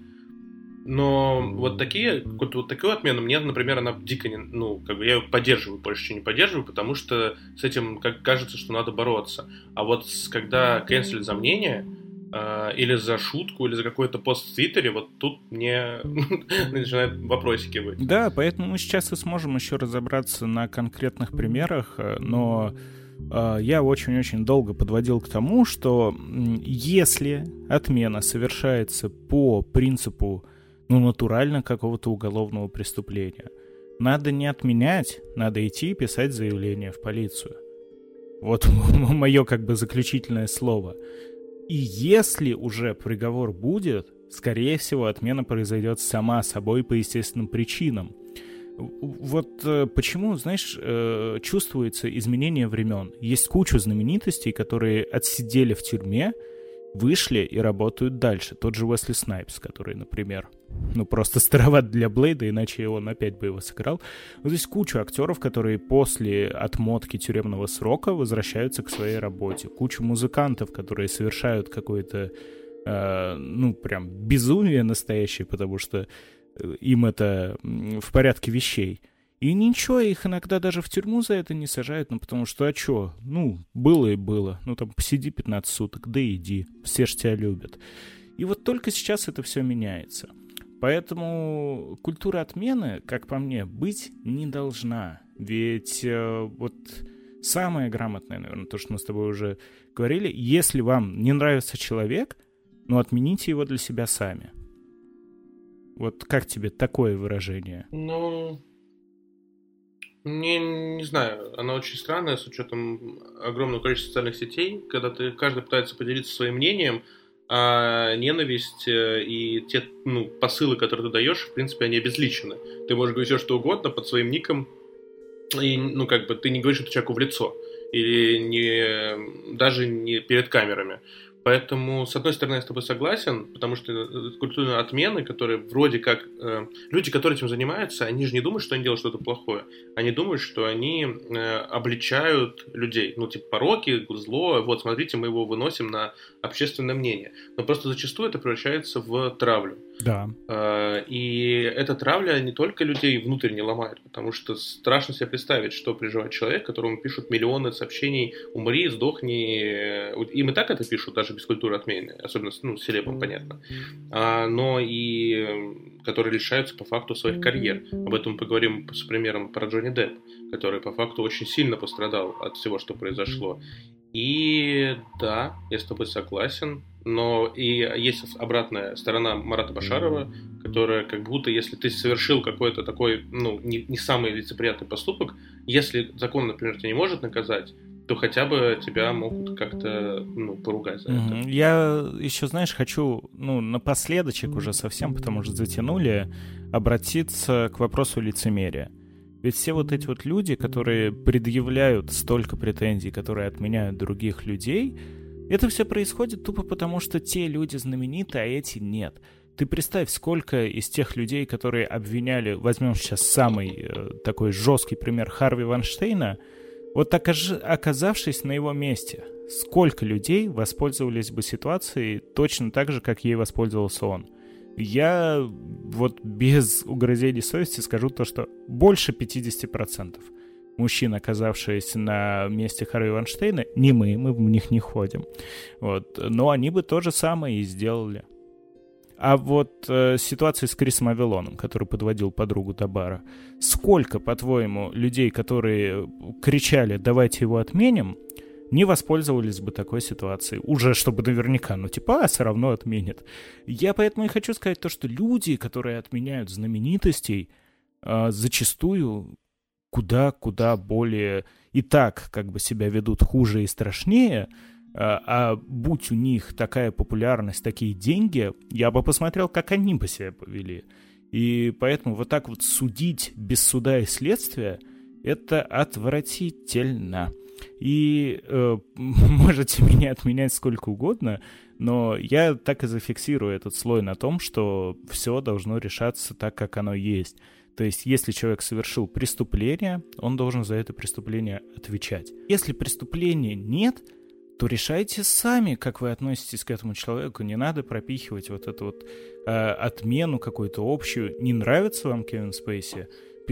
Но вот такую отмену мне, например, она дико не... я ее поддерживаю больше, чем не поддерживаю, потому что с этим кажется, что надо бороться. А вот когда канцелят за мнение, или за шутку, или за какой-то пост в Твиттере, вот тут мне начинают вопросики быть. Да, поэтому мы сейчас и сможем еще разобраться на конкретных примерах, но я очень-очень долго подводил к тому, что если отмена совершается по принципу натурально какого-то уголовного преступления, надо не отменять, надо идти и писать заявление в полицию. Вот мое заключительное слово. И если уже приговор будет, скорее всего, отмена произойдет сама собой по естественным причинам. Вот почему, знаешь, чувствуется изменение времен. Есть куча знаменитостей, которые отсидели в тюрьме, вышли и работают дальше. Тот же Уэсли Снайпс, который, например, просто староват для Блейда, иначе он опять бы его сыграл. Вот здесь куча актеров, которые после отмотки тюремного срока возвращаются к своей работе. Куча музыкантов, которые совершают какое-то, прям безумие настоящее, потому что им это в порядке вещей. И ничего, их иногда даже в тюрьму за это не сажают, потому что, а чё? Было и было. Посиди 15 суток, да иди. Все ж тебя любят. И вот только сейчас это все меняется. Поэтому культура отмены, как по мне, быть не должна. Ведь вот самое грамотное, наверное, то, что мы с тобой уже говорили, если вам не нравится человек, отмените его для себя сами. Вот как тебе такое выражение? Не знаю, она очень странная с учетом огромного количества социальных сетей, когда каждый пытается поделиться своим мнением, а ненависть и те посылы, которые ты даешь, в принципе, они обезличены. Ты можешь говорить все, что угодно под своим ником, и ты не говоришь это человеку в лицо, или даже не перед камерами. Поэтому, с одной стороны, я с тобой согласен, потому что культурные отмены, которые вроде как... люди, которые этим занимаются, они же не думают, что они делают что-то плохое. Они думают, что они обличают людей. Ну, типа, пороки, зло, вот, смотрите, мы его выносим на общественное мнение. Но просто зачастую это превращается в травлю. Да. И эта травля не только людей внутренне ломает, потому что страшно себе представить, что переживает человек, которому пишут миллионы сообщений «умри, сдохни». Им и так это пишут, даже без культуры отмены, особенно с селебом, понятно. Но и которые лишаются по факту своих карьер. Об этом мы поговорим с примером про Джонни Депп, который по факту очень сильно пострадал от всего, что произошло. И да, я с тобой согласен, но и есть обратная сторона Марата Башарова, которая как будто, если ты совершил какой-то такой, не самый лицеприятный поступок, если закон, например, тебя не может наказать, то хотя бы тебя могут как-то, поругать за это. Я еще, знаешь, хочу, напоследочек уже совсем, потому что затянули, обратиться к вопросу лицемерия. Ведь все вот эти вот люди, которые предъявляют столько претензий, которые отменяют других людей, это все происходит тупо потому, что те люди знамениты, а эти нет. Ты представь, сколько из тех людей, которые обвиняли, возьмем сейчас самый такой жесткий пример Харви Вайнштейна, вот так оказавшись на его месте, сколько людей воспользовались бы ситуацией точно так же, как ей воспользовался он? Я вот без угрызений совести скажу то, что больше 50% мужчин, оказавшиеся на месте Харви Вайнштейна, не мы в них не ходим, вот, но они бы то же самое и сделали. А вот ситуация с Крисом Авелоном, который подводил подругу до бара. Сколько, по-твоему, людей, которые кричали «давайте его отменим», не воспользовались бы такой ситуацией? Уже чтобы наверняка, все равно отменят. Я поэтому и хочу сказать то, что люди, которые отменяют знаменитостей, зачастую куда более и так как бы себя ведут хуже и страшнее. А будь у них такая популярность, такие деньги, я бы посмотрел, как они бы себя повели. И поэтому вот так вот судить без суда и следствия — это отвратительно. И можете меня отменять сколько угодно, но я так и зафиксирую этот слой на том, что все должно решаться так, как оно есть. То есть, если человек совершил преступление, он должен за это преступление отвечать. Если преступления нет, то решайте сами, как вы относитесь к этому человеку. Не надо пропихивать вот эту вот отмену какую-то общую. Не нравится вам Кевин Спейси?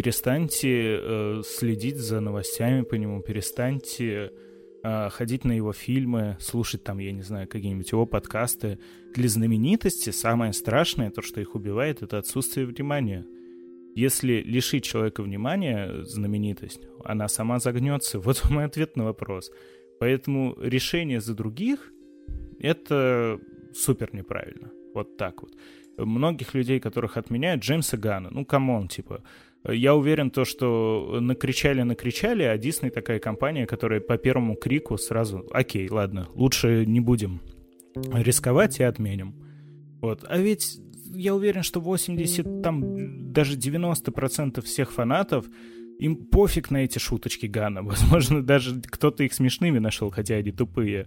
Перестаньте следить за новостями по нему, перестаньте ходить на его фильмы, слушать там, я не знаю, какие-нибудь его подкасты. Для знаменитости самое страшное, то, что их убивает, это отсутствие внимания. Если лишить человека внимания, знаменитость, она сама загнется. Вот мой ответ на вопрос. Поэтому решение за других — это супер неправильно. Вот так вот. Многих людей, которых отменяют, Джеймса Ганна, камон, я уверен, то, что накричали, а Disney такая компания, которая по первому крику сразу: окей, ладно, лучше не будем рисковать и отменим. Вот. А ведь я уверен, что 80, там даже 90% всех фанатов, им пофиг на эти шуточки Ганна. Возможно, даже кто-то их смешными нашел, хотя они тупые.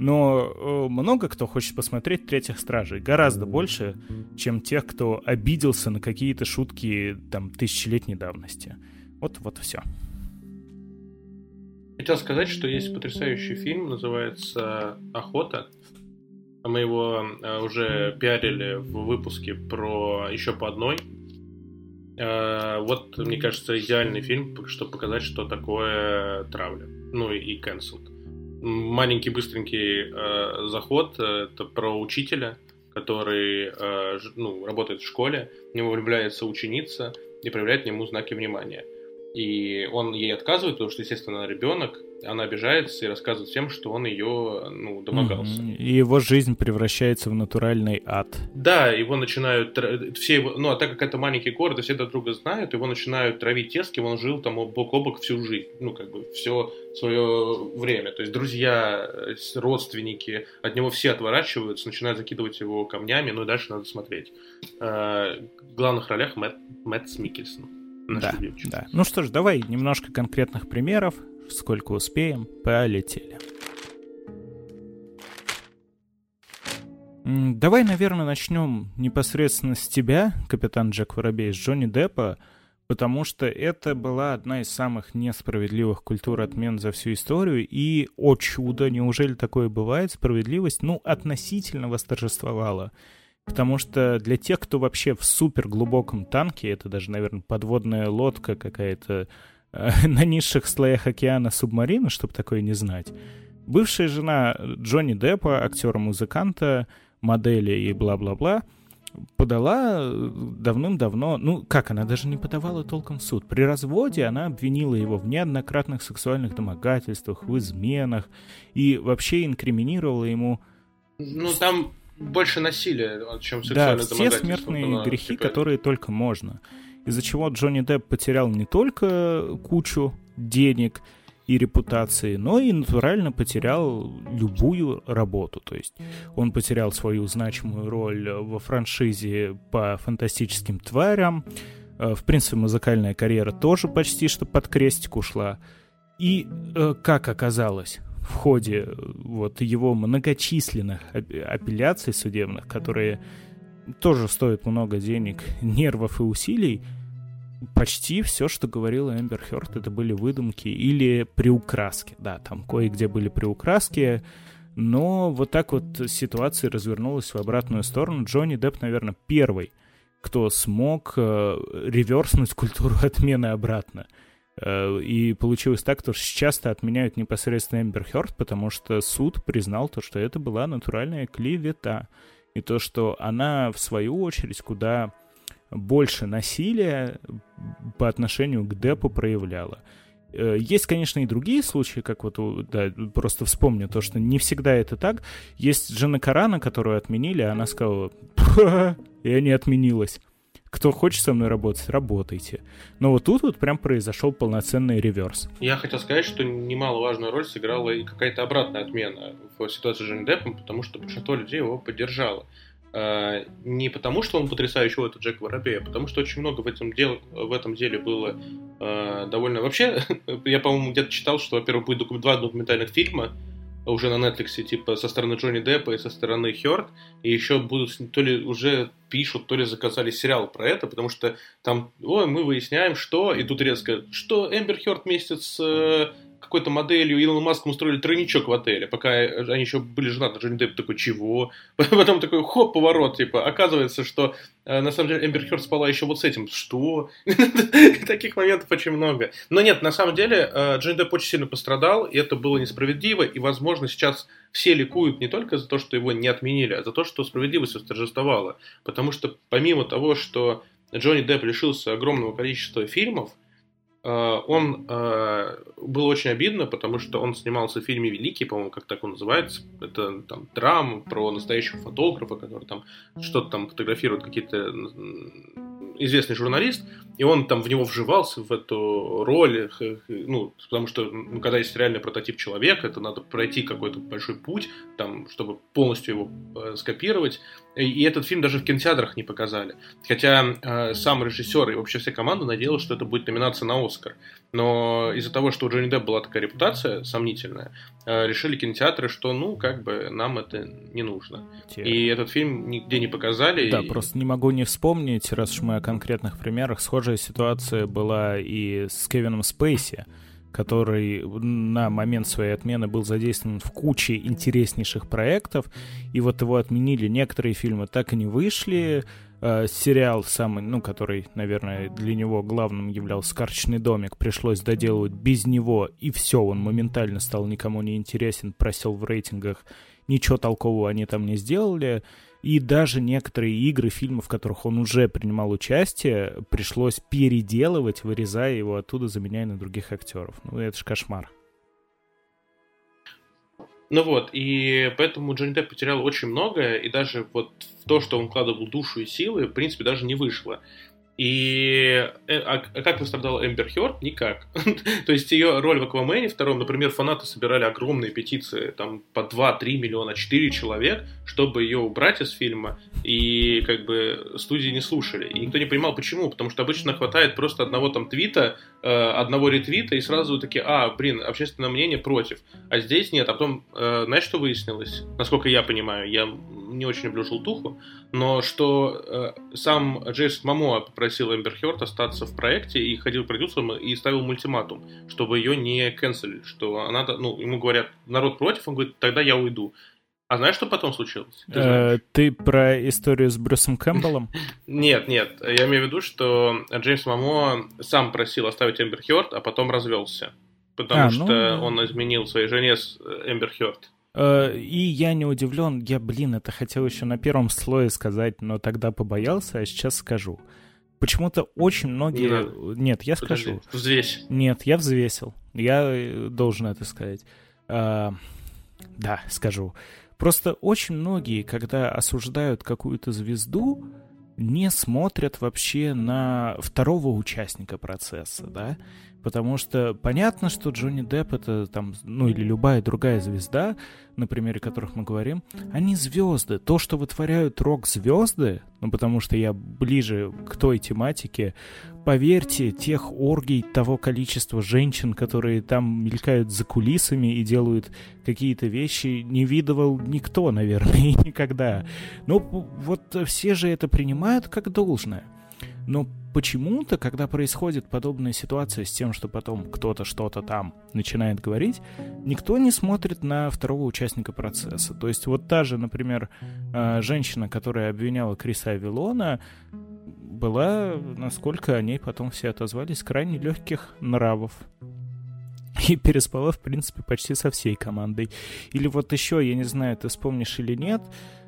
Но много кто хочет посмотреть «Третьих стражей». Гораздо больше, чем тех, кто обиделся на какие-то шутки там тысячелетней давности. Вот все. Хотел сказать, что есть потрясающий фильм, называется «Охота». Мы его уже пиарили в выпуске про «Еще по одной». Вот, мне кажется, идеальный фильм, чтобы показать, что такое травля. И cancelled. Маленький быстренький заход. Это про учителя, который работает в школе, в него влюбляется ученица и проявляет к нему знаки внимания. И он ей отказывает, потому что, естественно, она ребенок, она обижается и рассказывает всем, что он ее домогался. И его жизнь превращается в натуральный ад. Да, его начинают... все его, а так как это маленький город, и все друг друга знают, его начинают травить те, с кем он жил там бок о бок всю жизнь. Все свое время. То есть друзья, родственники, от него все отворачиваются, начинают закидывать его камнями, и дальше надо смотреть. В главных ролях Мэтт Миккельсон. Да. Ну что ж, давай немножко конкретных примеров, сколько успеем, полетели. Давай, наверное, начнем непосредственно с тебя, капитан Джек Воробей, с Джонни Деппа, потому что это была одна из самых несправедливых культур отмен за всю историю, и, о чудо, неужели такое бывает, справедливость, относительно восторжествовала. Потому что для тех, кто вообще в супер глубоком танке, это даже, наверное, подводная лодка какая-то на низших слоях океана субмарина, чтобы такое не знать, бывшая жена Джонни Деппа, актера-музыканта, модели и бла-бла-бла, подала давным-давно, она даже не подавала толком в суд. При разводе она обвинила его в неоднократных сексуальных домогательствах, в изменах и вообще инкриминировала ему... Там больше насилия, чем сексуальных домогательств. Да, все смертные грехи, которые только можно. Из-за чего Джонни Депп потерял не только кучу денег и репутации, но и натурально потерял любую работу. То есть он потерял свою значимую роль во франшизе по фантастическим тварям. В принципе, музыкальная карьера тоже почти что под крестик ушла. И, как оказалось, в ходе его многочисленных апелляций судебных, которые тоже стоят много денег, нервов и усилий, почти все, что говорила Эмбер Хёрд, это были выдумки или приукраски. Да, там кое-где были приукраски, но вот так вот ситуация развернулась в обратную сторону. Джонни Депп, наверное, первый, кто смог реверснуть культуру отмены обратно. И получилось так, что сейчас-то отменяют непосредственно Эмбер Хёрд, потому что суд признал то, что это была натуральная клевета. И то, что она, в свою очередь, куда больше насилия по отношению к Деппу проявляла. Есть, конечно, и другие случаи, как просто вспомню то, что не всегда это так. Есть Дженна Карана, которую отменили, а она сказала, я не отменилась. Кто хочет со мной работать, работайте. Но вот тут прям произошел полноценный реверс. Я хотел сказать, что немаловажную роль сыграла и какая-то обратная отмена в ситуации с Джонни Деппом, потому что большинство людей его поддержало. Не потому, что он потрясающий, это Джек Воробей, а потому что очень много в этом деле было довольно... Вообще, я, по-моему, где-то читал, что, во-первых, будет 2 документальных фильма уже на Netflix, типа со стороны Джонни Деппа и со стороны Хёрд, и еще будут, то ли уже пишут, то ли заказали сериал про это, потому что там, мы выясняем, что, и тут резко, что Эмбер Хёрд вместе с какой-то моделью Илоном Маском устроили тройничок в отеле, пока они еще были женаты. Джонни Депп такой, чего? Потом такой, поворот, оказывается, что на самом деле Эмбер Хёрд спала еще вот с этим. Что? Таких моментов очень много. Но нет, на самом деле Джонни Депп очень сильно пострадал, и это было несправедливо, и, возможно, сейчас все ликуют не только за то, что его не отменили, а за то, что справедливость восторжествовала. Потому что помимо того, что Джонни Депп лишился огромного количества фильмов, он было очень обидно, потому что он снимался в фильме «Великий», по-моему, как так он называется. Это там драма про настоящего фотографа, который там что-то там фотографирует, какие-то известный журналист, и он там в него вживался, в эту роль, потому что, когда есть реальный прототип человека, это надо пройти какой-то большой путь, там, чтобы полностью его скопировать, и этот фильм даже в кинотеатрах не показали. Хотя сам режиссер и вообще вся команда надеялась, что это будет номинация на «Оскар». Но из-за того, что у Джонни Деппа была такая репутация сомнительная, решили кинотеатры, что, нам это не нужно. И этот фильм нигде не показали. Да, просто не могу не вспомнить, раз уж мы о конкретных примерах, схожая ситуация была и с Кевином Спейси, который на момент своей отмены был задействован в куче интереснейших проектов, и вот его отменили. Некоторые фильмы так и не вышли. Сериал самый, который, наверное, для него главным являлся «Карточный домик», пришлось доделывать без него, и все, он моментально стал никому не интересен, просел в рейтингах, ничего толкового они там не сделали. И даже некоторые игры, фильмы, в которых он уже принимал участие, пришлось переделывать, вырезая его оттуда, заменяя на других актеров. Это ж кошмар. И поэтому Джонни Депп потерял очень многое, и даже вот в то, что он вкладывал душу и силы, в принципе, даже не вышло. И как пострадала Эмбер Хёрд? Никак. То есть ее роль в «Аквамене» втором, например, фанаты собирали огромные петиции, там по 2-3 миллиона, 4 человек, чтобы ее убрать из фильма, и студии не слушали. И никто не понимал, почему. Потому что обычно хватает просто одного там твита, одного ретвита, и сразу такие, общественное мнение против. А здесь нет. А потом, знаешь, что выяснилось? Насколько я понимаю, я не очень люблю желтуху, но что сам Джейсон Момоа попросил Эмбер Хёрд остаться в проекте и ходил продюсером и ставил ультиматум, чтобы ее не канцелили, что она, ему говорят, народ против, он говорит, тогда я уйду. А знаешь, что потом случилось? Ты про историю с Брюсом Кэмпбеллом? Нет, я имею в виду, что Джеймс Момоа сам просил оставить Эмбер Хёрд, а потом развелся. Потому что он изменил своей жене с Эмбер Хёрд. И я не удивлен, это хотел еще на первом слое сказать, но тогда побоялся, а сейчас скажу. Почему-то очень многие... Нет, я скажу. Взвесь. Нет, я взвесил. Я должен это сказать. Да, скажу. Просто очень многие, когда осуждают какую-то звезду, не смотрят вообще на второго участника процесса, да? Потому что понятно, что Джонни Депп это там, или любая другая звезда, на примере которых мы говорим, они звезды. То, что вытворяют рок-звезды, потому что я ближе к той тематике, поверьте, тех оргий, того количества женщин, которые там мелькают за кулисами и делают какие-то вещи, не видывал никто, наверное, и никогда. Но вот все же это принимают как должное. Но почему-то, когда происходит подобная ситуация с тем, что потом кто-то что-то там начинает говорить, никто не смотрит на второго участника процесса. То есть вот та же, например, женщина, которая обвиняла Криса Авилона, была, насколько о ней потом все отозвались, крайне легких нравов. И переспала, в принципе, почти со всей командой. Или вот еще, я не знаю, ты вспомнишь или нет,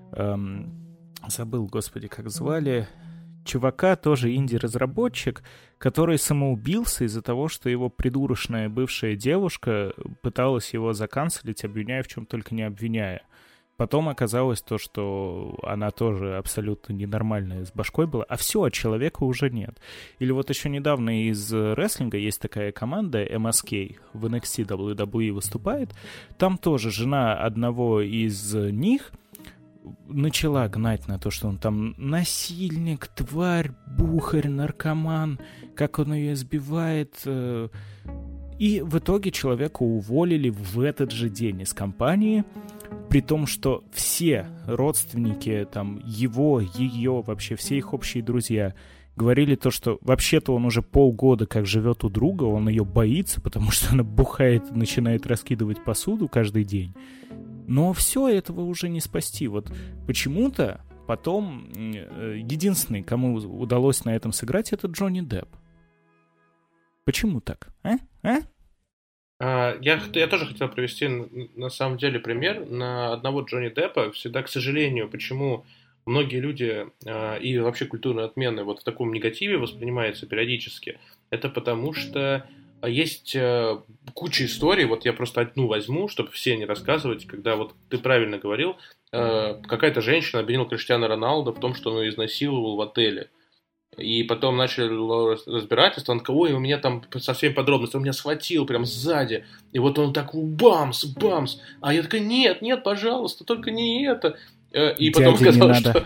забыл, господи, как звали... Чувака, тоже инди-разработчик, который самоубился из-за того, что его придурочная бывшая девушка пыталась его заканцелить, обвиняя в чем только не обвиняя. Потом оказалось то, что она тоже абсолютно ненормальная с башкой была, а все, а человека уже нет. Или вот еще недавно из рестлинга есть такая команда MSK, в NXT WWE выступает, там тоже жена одного из них начала гнать на то, что он там насильник, тварь, бухарь, наркоман, как он ее избивает. И в итоге человека уволили в этот же день из компании, при том, что все родственники, там, его, ее, вообще все их общие друзья говорили то, что вообще-то он уже полгода как живет у друга, он ее боится, потому что она бухает и начинает раскидывать посуду каждый день. Но все этого уже не спасти. Вот почему-то потом единственный, кому удалось на этом сыграть, это Джонни Депп. Почему так? Я тоже хотел привести, на самом деле, пример на одного Джонни Деппа. Всегда, к сожалению, почему многие люди и вообще культурные отмены вот в таком негативе воспринимаются периодически, это потому что есть куча историй, вот я просто одну возьму, чтобы все не рассказывать, когда вот ты правильно говорил, какая-то женщина обвинила Криштиану Роналду в том, что он ее изнасиловал в отеле. И потом начали разбирательство, он такой, ой, у меня там со всеми подробностями, он меня схватил прям сзади, и вот он так, бамс, а я такая, нет, пожалуйста, только не это. И потом сказал, что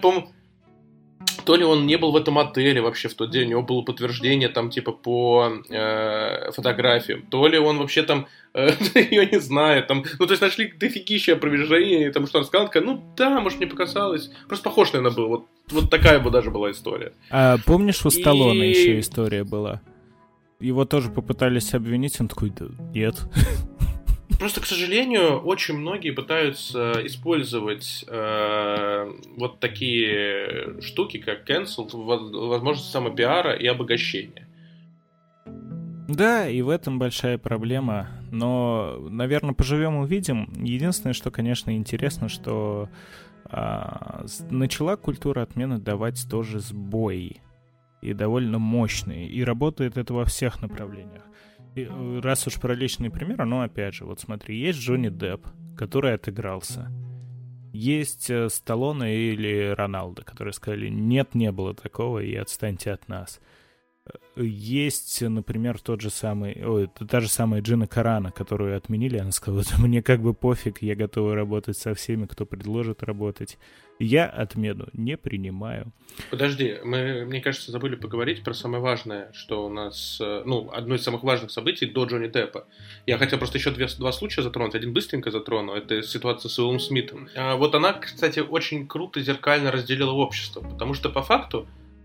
то ли он не был в этом отеле вообще в тот день, у него было подтверждение там типа по фотографиям, то ли он вообще там, я не знаю, там, то есть нашли дофигища опровержения, там что он сказал, такая, да, может мне показалось, просто похож, наверное, был, вот такая бы даже была история. А помнишь, у Сталлоне еще история была? Его тоже попытались обвинить, он такой, да нет. Просто, к сожалению, очень многие пытаются использовать вот такие штуки, как cancel, возможность самопиара и обогащения. Да, и в этом большая проблема. Но, наверное, поживем увидим. Единственное, что, конечно, интересно, что начала культура отмены давать тоже сбои. И довольно мощные. И работает это во всех направлениях. И раз уж про личный пример, опять же, вот смотри, есть Джонни Депп, который отыгрался. Есть Сталлоне или Роналдо, которые сказали, нет, не было такого, и отстаньте от нас. Есть, например, та же самая Джина Карана, которую отменили. Она сказала, мне как бы пофиг, я готова работать со всеми, кто предложит работать. Я отмену не принимаю. Подожди, мы, мне кажется, забыли поговорить про самое важное, что у нас, одно из самых важных событий до Джонни Деппа. Я хотел просто еще два случая затронуть. Один быстренько затрону, это ситуация с Уиллом Смитом. Вот она, кстати, очень круто зеркально разделила общество, потому что по факту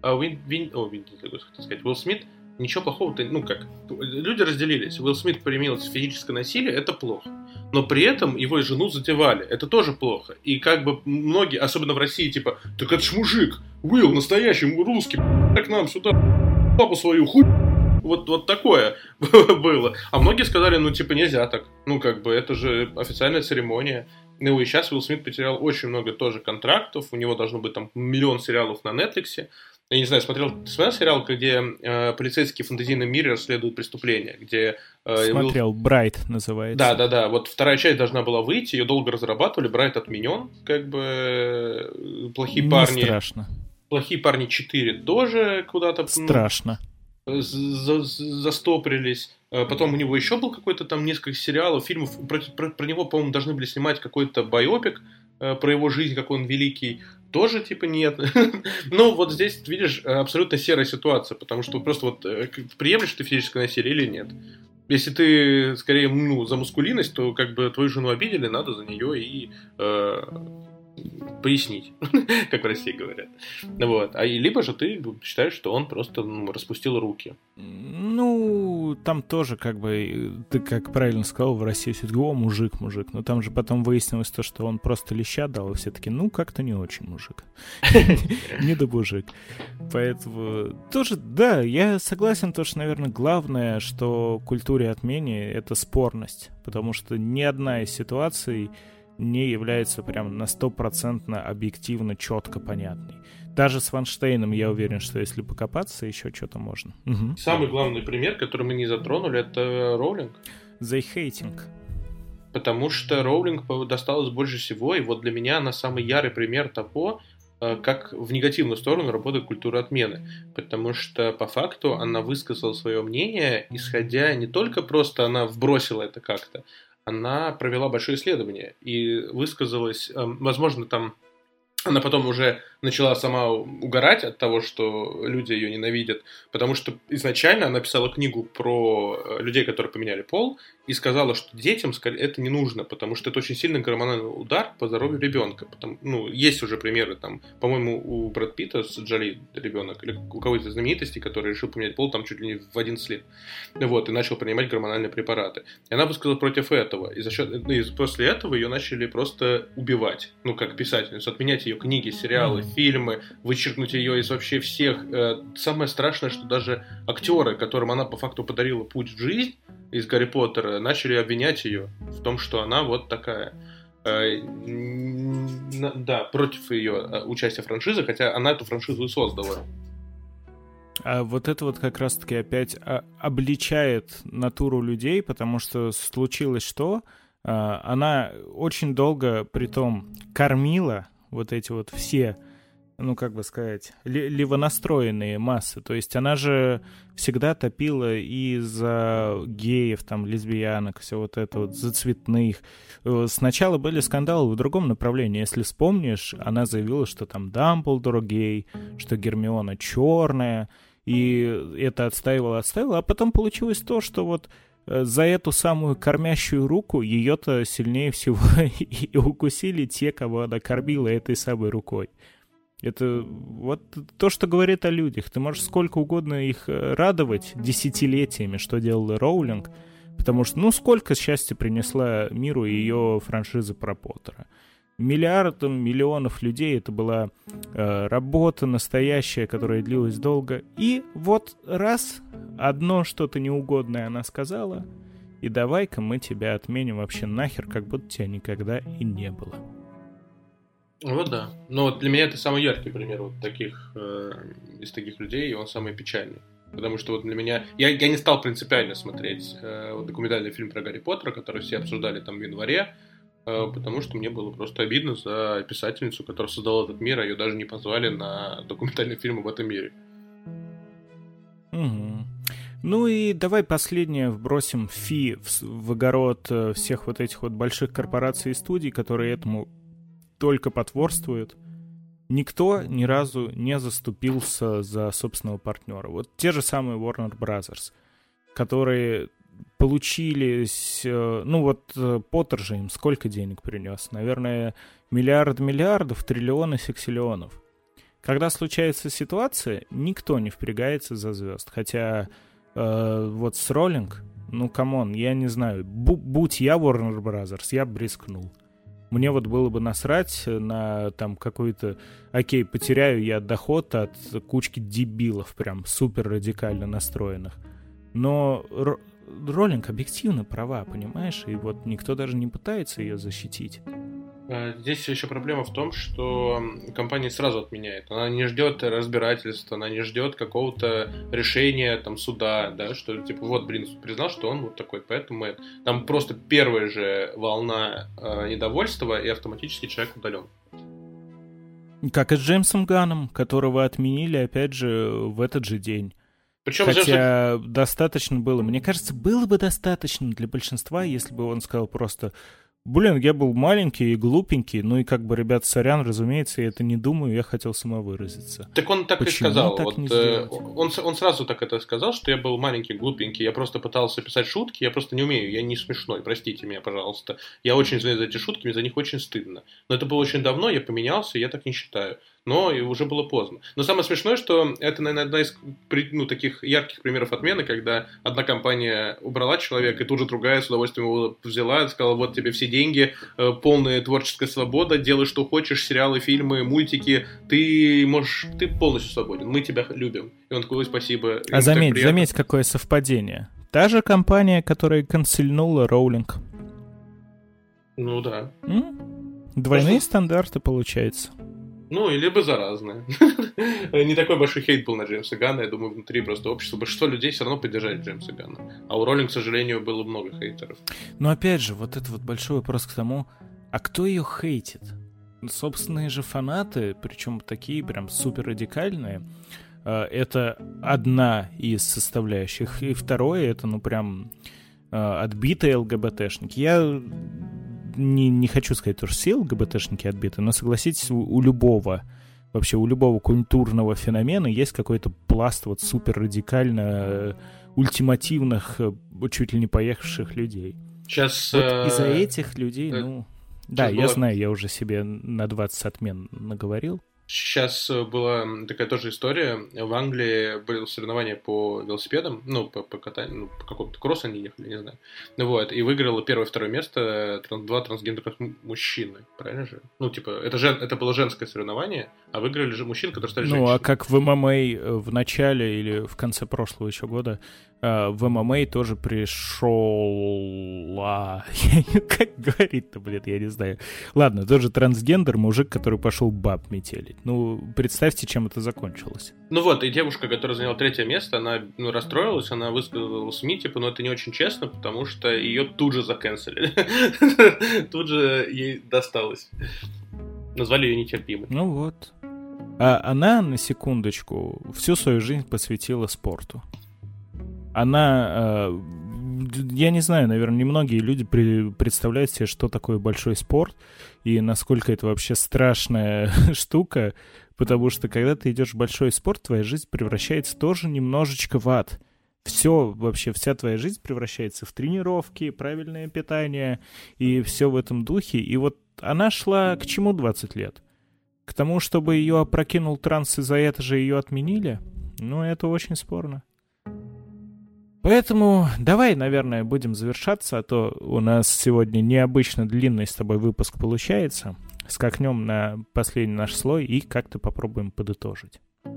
Уилл Смит ничего плохого-то, люди разделились. Уилл Смит применил физическое насилие, это плохо. Но при этом его и жену задевали, это тоже плохо. И как бы многие, особенно в России, типа, так это ж мужик, Уилл настоящий русский, к нам сюда, папу свою, хуй. Вот такое было. А многие сказали, нельзя так. Это же официальная церемония. И сейчас Уилл Смит потерял очень много тоже контрактов, у него должно быть там 1 миллион сериалов на Netflix. Я не знаю, ты смотрел сериал, где полицейские в фантазийном мире расследуют преступления, где... Смотрел, Брайт называется. Да. Вот вторая часть должна была выйти, ее долго разрабатывали, Брайт отменен, плохие парни... Не страшно. Плохие парни 4 тоже куда-то... Страшно. Застопорились. Потом у него еще был какой-то там несколько сериалов, фильмов. Про него, по-моему, должны были снимать какой-то байопик про его жизнь, какой он великий. Тоже типа нет. Вот здесь, видишь, абсолютно серая ситуация, потому что просто приемлешь ты физическое насилие или нет. Если ты скорее за маскулинность, то твою жену обидели, надо за нее и пояснить, как в России говорят. Либо же ты считаешь, что он просто распустил руки. Там тоже ты как правильно сказал, в России все-таки, мужик. Но там же потом выяснилось то, что он просто леща дал, и все таки как-то не очень мужик. Не да мужик. Поэтому тоже, да, я согласен, то, что, наверное, главное, что в культуре отмены — это спорность, потому что ни одна из ситуаций не является прям на 100% объективно, четко понятной. Даже с Вайнштейном я уверен, что если покопаться, еще что-то можно. Угу. Самый главный пример, который мы не затронули, это Роулинг. The Hating. Потому что Роулинг досталось больше всего, и для меня она самый ярый пример того, как в негативную сторону работает культура отмены. Потому что, по факту, она высказала свое мнение, исходя не только просто она вбросила это как-то, она провела большое исследование и высказалась, возможно, там она потом уже начала сама угорать от того, что люди ее ненавидят, потому что изначально она писала книгу про людей, которые поменяли пол, и сказала, что детям это не нужно, потому что это очень сильный гормональный удар по здоровью ребенка. Есть уже примеры, по-моему, у Брэд Питта с Джоли ребенок, или у кого-то из знаменитостей, который решил поменять пол чуть ли не в 11 лет, и начал принимать гормональные препараты. И она высказала против этого, и после этого ее начали просто убивать, как писательницу, отменять ее книги, сериалы, фильмы, вычеркнуть ее из вообще всех. Самое страшное, что даже актеры, которым она по факту подарила путь в жизнь из Гарри Поттера, начали обвинять ее в том, что она вот такая. Да, против ее участия в франшизе, хотя она эту франшизу и создала. А вот это как раз-таки опять обличает натуру людей, потому что случилось что? Она очень долго, притом, кормила эти все, левонастроенные массы. То есть она же всегда топила и за геев, лесбиянок, все это за цветных. Сначала были скандалы в другом направлении. Если вспомнишь, она заявила, что Дамблдор гей, что Гермиона черная, и это отстаивала, а потом получилось то, что за эту самую кормящую руку ее-то сильнее всего и укусили те, кого она кормила этой самой рукой. Это то, что говорит о людях. Ты можешь сколько угодно их радовать десятилетиями, что делала Роулинг, потому что, сколько счастья принесла миру ее франшиза про Поттера. Миллионов людей, это была работа настоящая, которая длилась долго. И раз одно что-то неугодное она сказала, и давай-ка мы тебя отменим вообще нахер, как будто тебя никогда и не было. Да. Но для меня это самый яркий пример из таких людей, и он самый печальный. Потому что для меня... Я не стал принципиально смотреть документальный фильм про Гарри Поттера, который все обсуждали в январе, потому что мне было просто обидно за писательницу, которая создала этот мир, а ее даже не позвали на документальный фильм об этом мире. Угу. Ну и давай последнее вбросим фи в огород всех вот этих вот больших корпораций и студий, которые этому только потворствуют. Никто ни разу не заступился за собственного партнера. Вот те же самые Warner Brothers, которые получились... Ну вот Поттер же им сколько денег принес? Наверное, миллиардов, триллионы, сексиллионов. Когда случается ситуация, никто не впрягается за звезд. Хотя вот с Роллинг, ну камон, я не знаю, будь я Warner Brothers, я бы рискнул. Мне вот было бы насрать на там какой-то... Окей, потеряю я доход от кучки дебилов, прям супер радикально настроенных. Но Роллинг объективно права, понимаешь? И вот никто даже не пытается ее защитить. Здесь еще проблема в том, что компания сразу отменяет. Она не ждет разбирательства, она не ждет какого-то решения там суда, да, что типа вот, блин, суд признал, что он вот такой, поэтому там просто первая же волна недовольства, и автоматически человек удален. Как и с Джеймсом Ганном, которого отменили, опять же, в этот же день. Причем хотя достаточно было. Мне кажется, было бы достаточно для большинства, если бы он сказал просто... Блин, я был маленький и глупенький, ну и как бы, ребят, сорян, разумеется, я это не думаю, я хотел самовыразиться. Так он так Почему и сказал. Так вот, он сразу так это сказал, что я был маленький, глупенький, я просто пытался писать шутки, я просто не умею, я не смешной, простите меня, пожалуйста. Я очень извиняюсь за эти шутки, мне за них очень стыдно. Но это было очень давно, я поменялся, я так не считаю. Но и уже было поздно. Но самое смешное, что это, наверное, одна из таких ярких примеров отмены, когда одна компания убрала человека, и тут же другая с удовольствием его взяла и сказала, вот тебе все деньги, полная творческая свобода, делай что хочешь, сериалы, фильмы, мультики, ты полностью свободен, мы тебя любим. И он такой, ой, спасибо. А заметь, какое совпадение. Та же компания, которая канцельнула Роулинг. Ну да. Двойные стандарты, получается. Ну, или бы заразные. Не такой большой хейт был на Джеймса Ганна, я думаю, внутри просто общества. Большинство людей все равно поддержали Джеймса Ганна. А у Роллинг, к сожалению, было много хейтеров. Но опять же, вот это вот большой вопрос к тому, а кто ее хейтит? Собственные же фанаты, причем такие прям супер радикальные, это одна из составляющих. И второе, это ну прям отбитые ЛГБТшники. Я... Не хочу сказать, что все ЛГБТшники отбиты, но согласитесь, у любого культурного феномена есть какой-то пласт вот супер радикально ультимативных, чуть ли не поехавших людей. Сейчас вот из-за этих людей, да, я знаю, я уже себе на 20 отмен наговорил. Сейчас была такая тоже история. В Англии были соревнования по велосипедам, по катанию, по какому-то кроссу они ехали, не знаю. Вот, и выиграло первое и второе место два трансгендерных мужчины, правильно же? Это было женское соревнование, а выиграли же мужчин, которые стали женщинами. А как в ММА в начале или в конце прошлого еще года, в ММА тоже пришел... Как говорить-то, блин, я не знаю. Ладно, тоже трансгендер, мужик, который пошел баб метелить. Представьте, чем это закончилось. И девушка, которая заняла 3-е место, она расстроилась, она высказала в СМИ, но это не очень честно, потому что ее тут же закэнселили. Тут же ей досталось. Назвали ее нетерпимой. А она, на секундочку, всю свою жизнь посвятила спорту. Она... Я не знаю, наверное, немногие люди представляют себе, что такое большой спорт и насколько это вообще страшная штука, потому что когда ты идешь в большой спорт, твоя жизнь превращается тоже немножечко в ад. Вся твоя жизнь превращается в тренировки, правильное питание и все в этом духе. И вот она шла к чему 20 лет? К тому, чтобы ее опрокинул транс, и за это же ее отменили? Это очень спорно. Поэтому давай, наверное, будем завершаться, а то у нас сегодня необычно длинный с тобой выпуск получается. Скакнем на последний наш слой и как-то попробуем подытожить.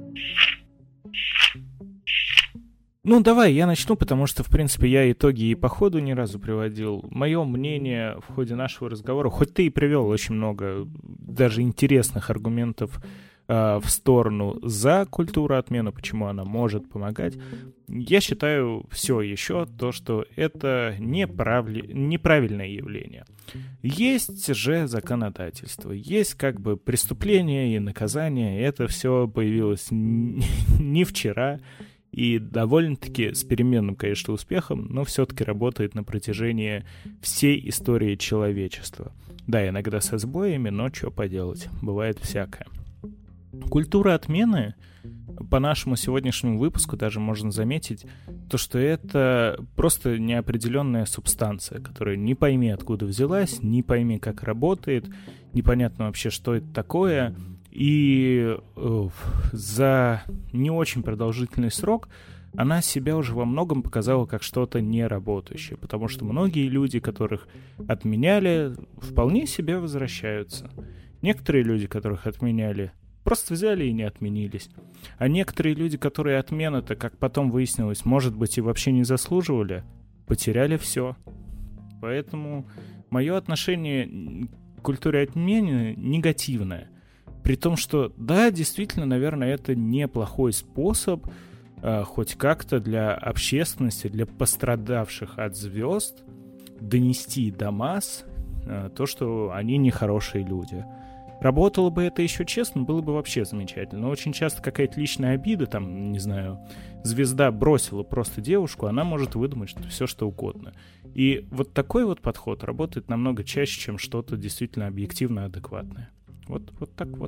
Давай, я начну, потому что, в принципе, я итоги и по ходу ни разу приводил. Мое мнение в ходе нашего разговора, хоть ты и привел очень много даже интересных аргументов в сторону за культуру отмены, почему она может помогать, я считаю все еще то, что это неправильное явление. Есть же законодательство, есть как бы преступления и наказания, это все появилось не вчера, и довольно-таки с переменным, конечно, успехом, но все-таки работает на протяжении всей истории человечества. Да, иногда со сбоями, но что поделать, бывает всякое. Культура отмены, по нашему сегодняшнему выпуску даже можно заметить, то, что это просто неопределенная субстанция, которая не пойми откуда взялась, не пойми как работает, непонятно вообще, что это такое, и за не очень продолжительный срок она себя уже во многом показала как что-то неработающее, потому что многие люди, которых отменяли, вполне себе возвращаются. Некоторые люди, которых отменяли, просто взяли и не отменились. А некоторые люди, которые отмены-то, как потом выяснилось, может быть, и вообще не заслуживали, потеряли все. Поэтому мое отношение к культуре отмены негативное. При том, что, да, действительно, наверное, это неплохой способ хоть как-то для общественности, для пострадавших от звезд донести до масс то, что они нехорошие люди. Работало бы это еще честно, было бы вообще замечательно. Но очень часто какая-то личная обида, там, не знаю, звезда бросила просто девушку, она может выдумать все, что угодно. И вот такой вот подход работает намного чаще, чем что-то действительно объективно адекватное. Вот так вот.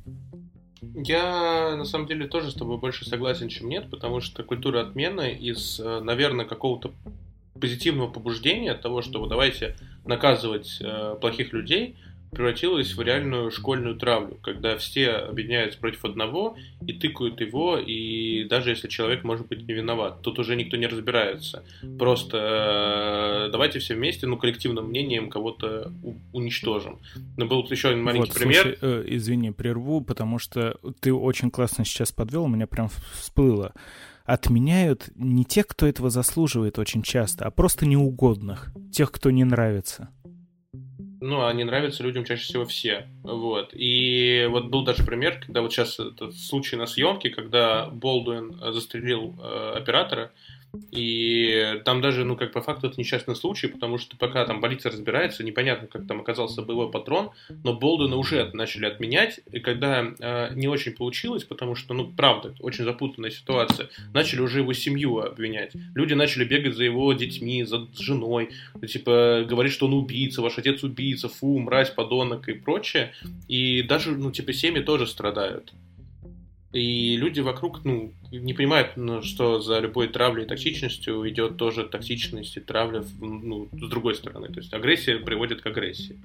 Я, на самом деле, тоже с тобой больше согласен, чем нет, потому что культура отмены из, наверное, какого-то позитивного побуждения того, что вот давайте наказывать плохих людей, превратилась в реальную школьную травлю, когда все объединяются против одного и тыкают его, и даже если человек может быть не виноват, тут уже никто не разбирается. Просто давайте все вместе, коллективным мнением кого-то уничтожим. Но был еще один маленький пример. Слушай, извини, прерву, потому что ты очень классно сейчас подвел, у меня прям всплыло. Отменяют не тех, кто этого заслуживает очень часто, а просто неугодных, тех, кто не нравится. Они нравятся людям чаще всего все. Вот. И вот был даже пример, когда вот сейчас этот случай на съемке, когда Болдуин застрелил оператора, и там даже, по факту это несчастный случай, потому что пока там полиция разбирается, непонятно, как там оказался боевой патрон, но Болдуина уже начали отменять, и когда не очень получилось, потому что, правда, очень запутанная ситуация, начали уже его семью обвинять. Люди начали бегать за его детьми, за женой, говорить, что он убийца, ваш отец убийца, фу, мразь, подонок и прочее, и даже, семьи тоже страдают. И люди вокруг, не понимают, что за любой травлей и токсичностью идет тоже токсичность и травля, с другой стороны. То есть агрессия приводит к агрессии.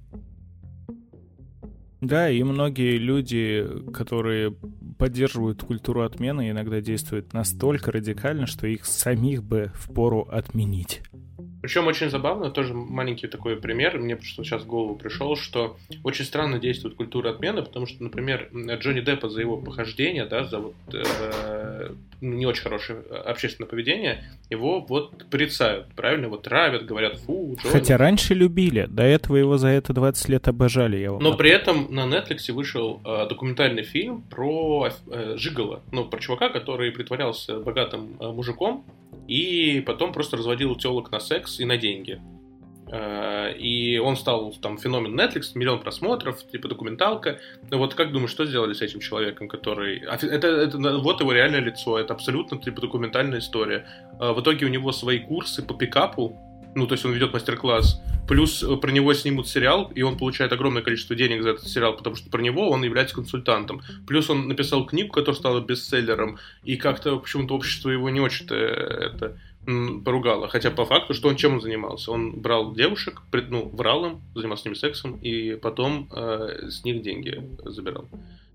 Да, и многие люди, которые поддерживают культуру отмены, иногда действуют настолько радикально, что их самих бы впору отменить. Причем очень забавно, тоже маленький такой пример, мне просто сейчас в голову пришел, что очень странно действует культура отмены, потому что, например, Джонни Деппа за его похождение, да, за не очень хорошее общественное поведение, его порицают, правильно, травят, говорят, фу, Джонни. Хотя раньше любили, до этого его за это 20 лет обожали. Но при этом на Netflix вышел документальный фильм про жиголо, про чувака, который притворялся богатым мужиком, и потом просто разводил телок на секс и на деньги. И он стал там феномен Netflix, 1 миллион просмотров, документалка. Как думаешь, что сделали с этим человеком, который... Это вот его реальное лицо, это абсолютно документальная история. В итоге у него свои курсы по пикапу, то есть он ведет мастер-класс, плюс про него снимут сериал, и он получает огромное количество денег за этот сериал, потому что про него он является консультантом. Плюс он написал книгу, которая стала бестселлером, и как-то почему-то общество его не очень-то поругало. Хотя по факту, чем он занимался? Он брал девушек, врал им, занимался с ними сексом, и потом с них деньги забирал.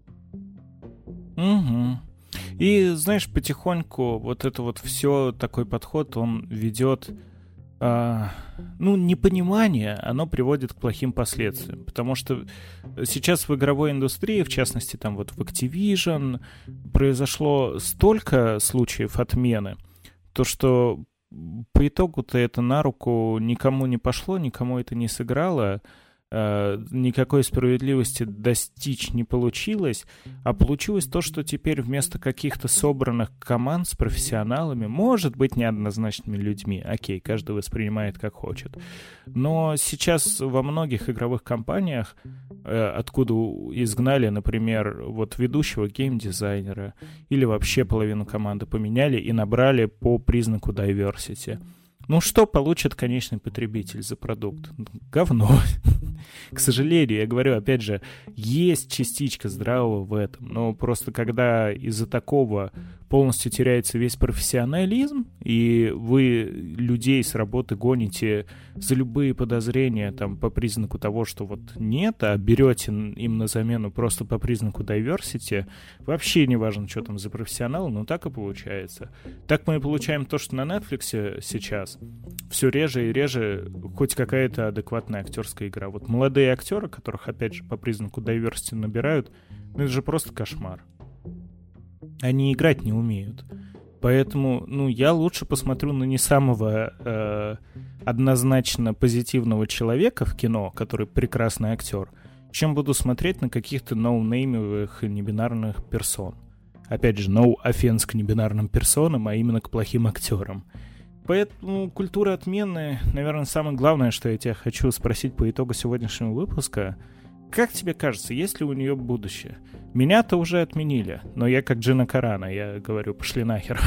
Угу. И, знаешь, потихоньку все, такой подход, он ведет... непонимание, оно приводит к плохим последствиям, потому что сейчас в игровой индустрии, в частности, там в Activision, произошло столько случаев отмены, то что по итогу-то это на руку никому не пошло, никому это не сыграло, никакой справедливости достичь не получилось, а получилось то, что теперь вместо каких-то собранных команд с профессионалами, может быть, неоднозначными людьми, окей, каждый воспринимает как хочет, но сейчас во многих игровых компаниях, откуда изгнали, например, вот ведущего геймдизайнера или вообще половину команды поменяли и набрали по признаку diversity. Ну, что получит конечный потребитель за продукт? Говно. К сожалению, я говорю, опять же, есть частичка здравого в этом, но просто когда из-за такого полностью теряется весь профессионализм, и вы людей с работы гоните за любые подозрения там, по признаку того, что вот нет, а берете им на замену просто по признаку diversity, вообще не важно, что там за профессионал, но так и получается. Так мы и получаем то, что на Netflix сейчас все реже и реже хоть какая-то адекватная актерская игра. Вот молодые актеры, которых, опять же, по признаку diversity набирают, ну это же просто кошмар. Они играть не умеют. Поэтому, ну, я лучше посмотрю на не самого однозначно позитивного человека в кино, который прекрасный актер, чем буду смотреть на каких-то ноунеймовых небинарных персон. Опять же, no offense к небинарным персонам, а именно к плохим актерам. Поэтому культура отмены, наверное, самое главное, что я тебя хочу спросить по итогу сегодняшнего выпуска. Как тебе кажется, есть ли у нее будущее? Меня-то уже отменили, но я как Джина Карана, я говорю, пошли нахер.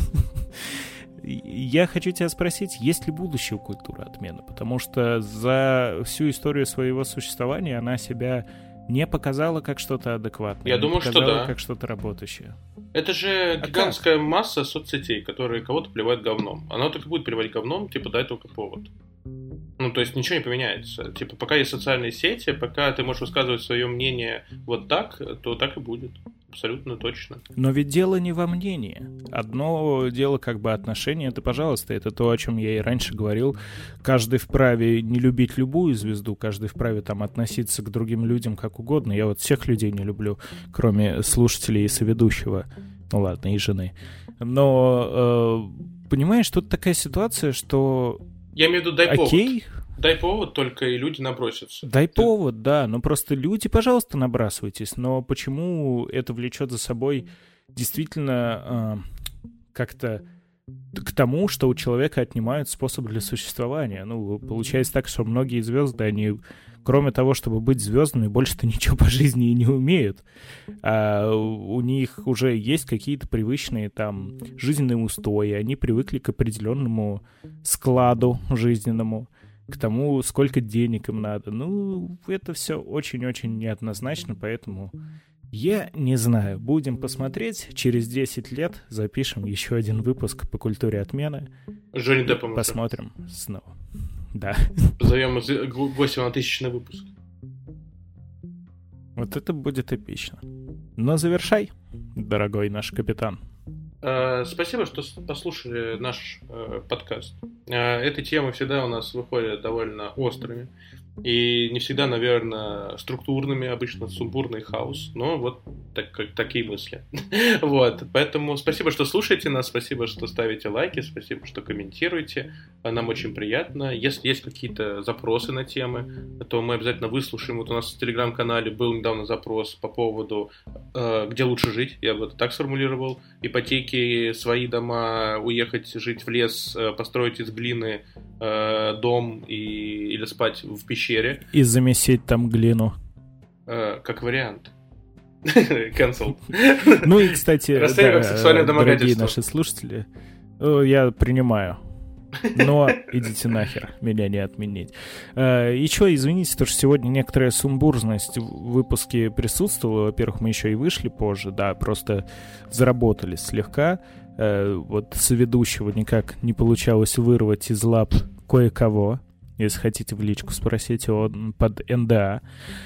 Я хочу тебя спросить, есть ли будущее у культуры отмены? Потому что за всю историю своего существования она себя не показала как что-то адекватное. Я думаю, что да. Как что-то работающее. Это же гигантская масса соцсетей, которые кого-то плевают говном. Она только будет плевать говном, типа, дай только повод. Ну, то есть ничего не поменяется. Типа, пока есть социальные сети, пока ты можешь высказывать свое мнение вот так, то так и будет. Абсолютно точно. Но ведь дело не во мнении. Одно дело как бы отношения, это, пожалуйста, это то, о чем я и раньше говорил. Каждый вправе не любить любую звезду, каждый вправе там относиться к другим людям как угодно. Я вот всех людей не люблю, кроме слушателей и соведущего. Ну ладно, и жены. Но, понимаешь, тут такая ситуация, что... Я имею в виду, дай окей. повод. Дай повод только, и люди набросятся. Дай повод, да. Но просто люди, пожалуйста, набрасывайтесь. Но почему это влечет за собой действительно как-то к тому, что у человека отнимают способ для существования? Ну, получается так, что многие звезды, они, кроме того, чтобы быть звездами, больше-то ничего по жизни и не умеют. А у них уже есть какие-то привычные там жизненные устои. Они привыкли к определенному складу жизненному, к тому, сколько денег им надо. Ну, это все очень-очень неоднозначно, поэтому я не знаю. Будем посмотреть. Через 10 лет запишем еще один выпуск по культуре отмены. Джонни Деппом. Посмотрим снова. Да. Позовем гостя на 1000-й выпуск. Вот это будет эпично. Но завершай, дорогой наш капитан. Спасибо, что послушали наш подкаст. Эти темы всегда у нас выходят довольно острыми. И не всегда, наверное, структурными, обычно сумбурный хаос. Но вот такие мысли. Вот. Поэтому спасибо, что слушаете нас, спасибо, что ставите лайки, спасибо, что комментируете. Нам очень приятно. Если есть какие-то запросы на темы, то мы обязательно выслушаем. Вот у нас в Телеграм-канале был недавно запрос по поводу, где лучше жить. Я бы это так сформулировал. Ипотеки, свои дома, уехать жить в лес, построить из глины дом или спать в пещере. И замесить там глину. Как вариант. Cancel. Ну и, кстати, да, дорогие наши слушатели, я принимаю. Но идите нахер, меня не отменить. Еще извините, то, что сегодня некоторая сумбурность в выпуске присутствовала. Во-первых, мы еще и вышли позже, да, просто заработали слегка. Вот соведущего никак не получалось вырвать из лап кое-кого. Если хотите в личку спросить, он под НДА.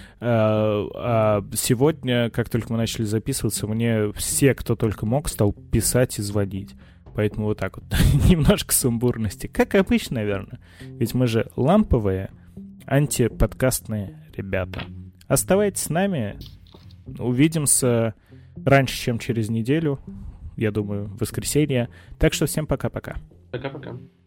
А сегодня, как только мы начали записываться, мне все, кто только мог, стал писать и звонить. Поэтому вот так вот. Немножко сумбурности. Как обычно, наверное. Ведь мы же ламповые, антиподкастные ребята. Оставайтесь с нами. Увидимся раньше, чем через неделю. Я думаю, в воскресенье. Так что всем пока-пока. Пока-пока.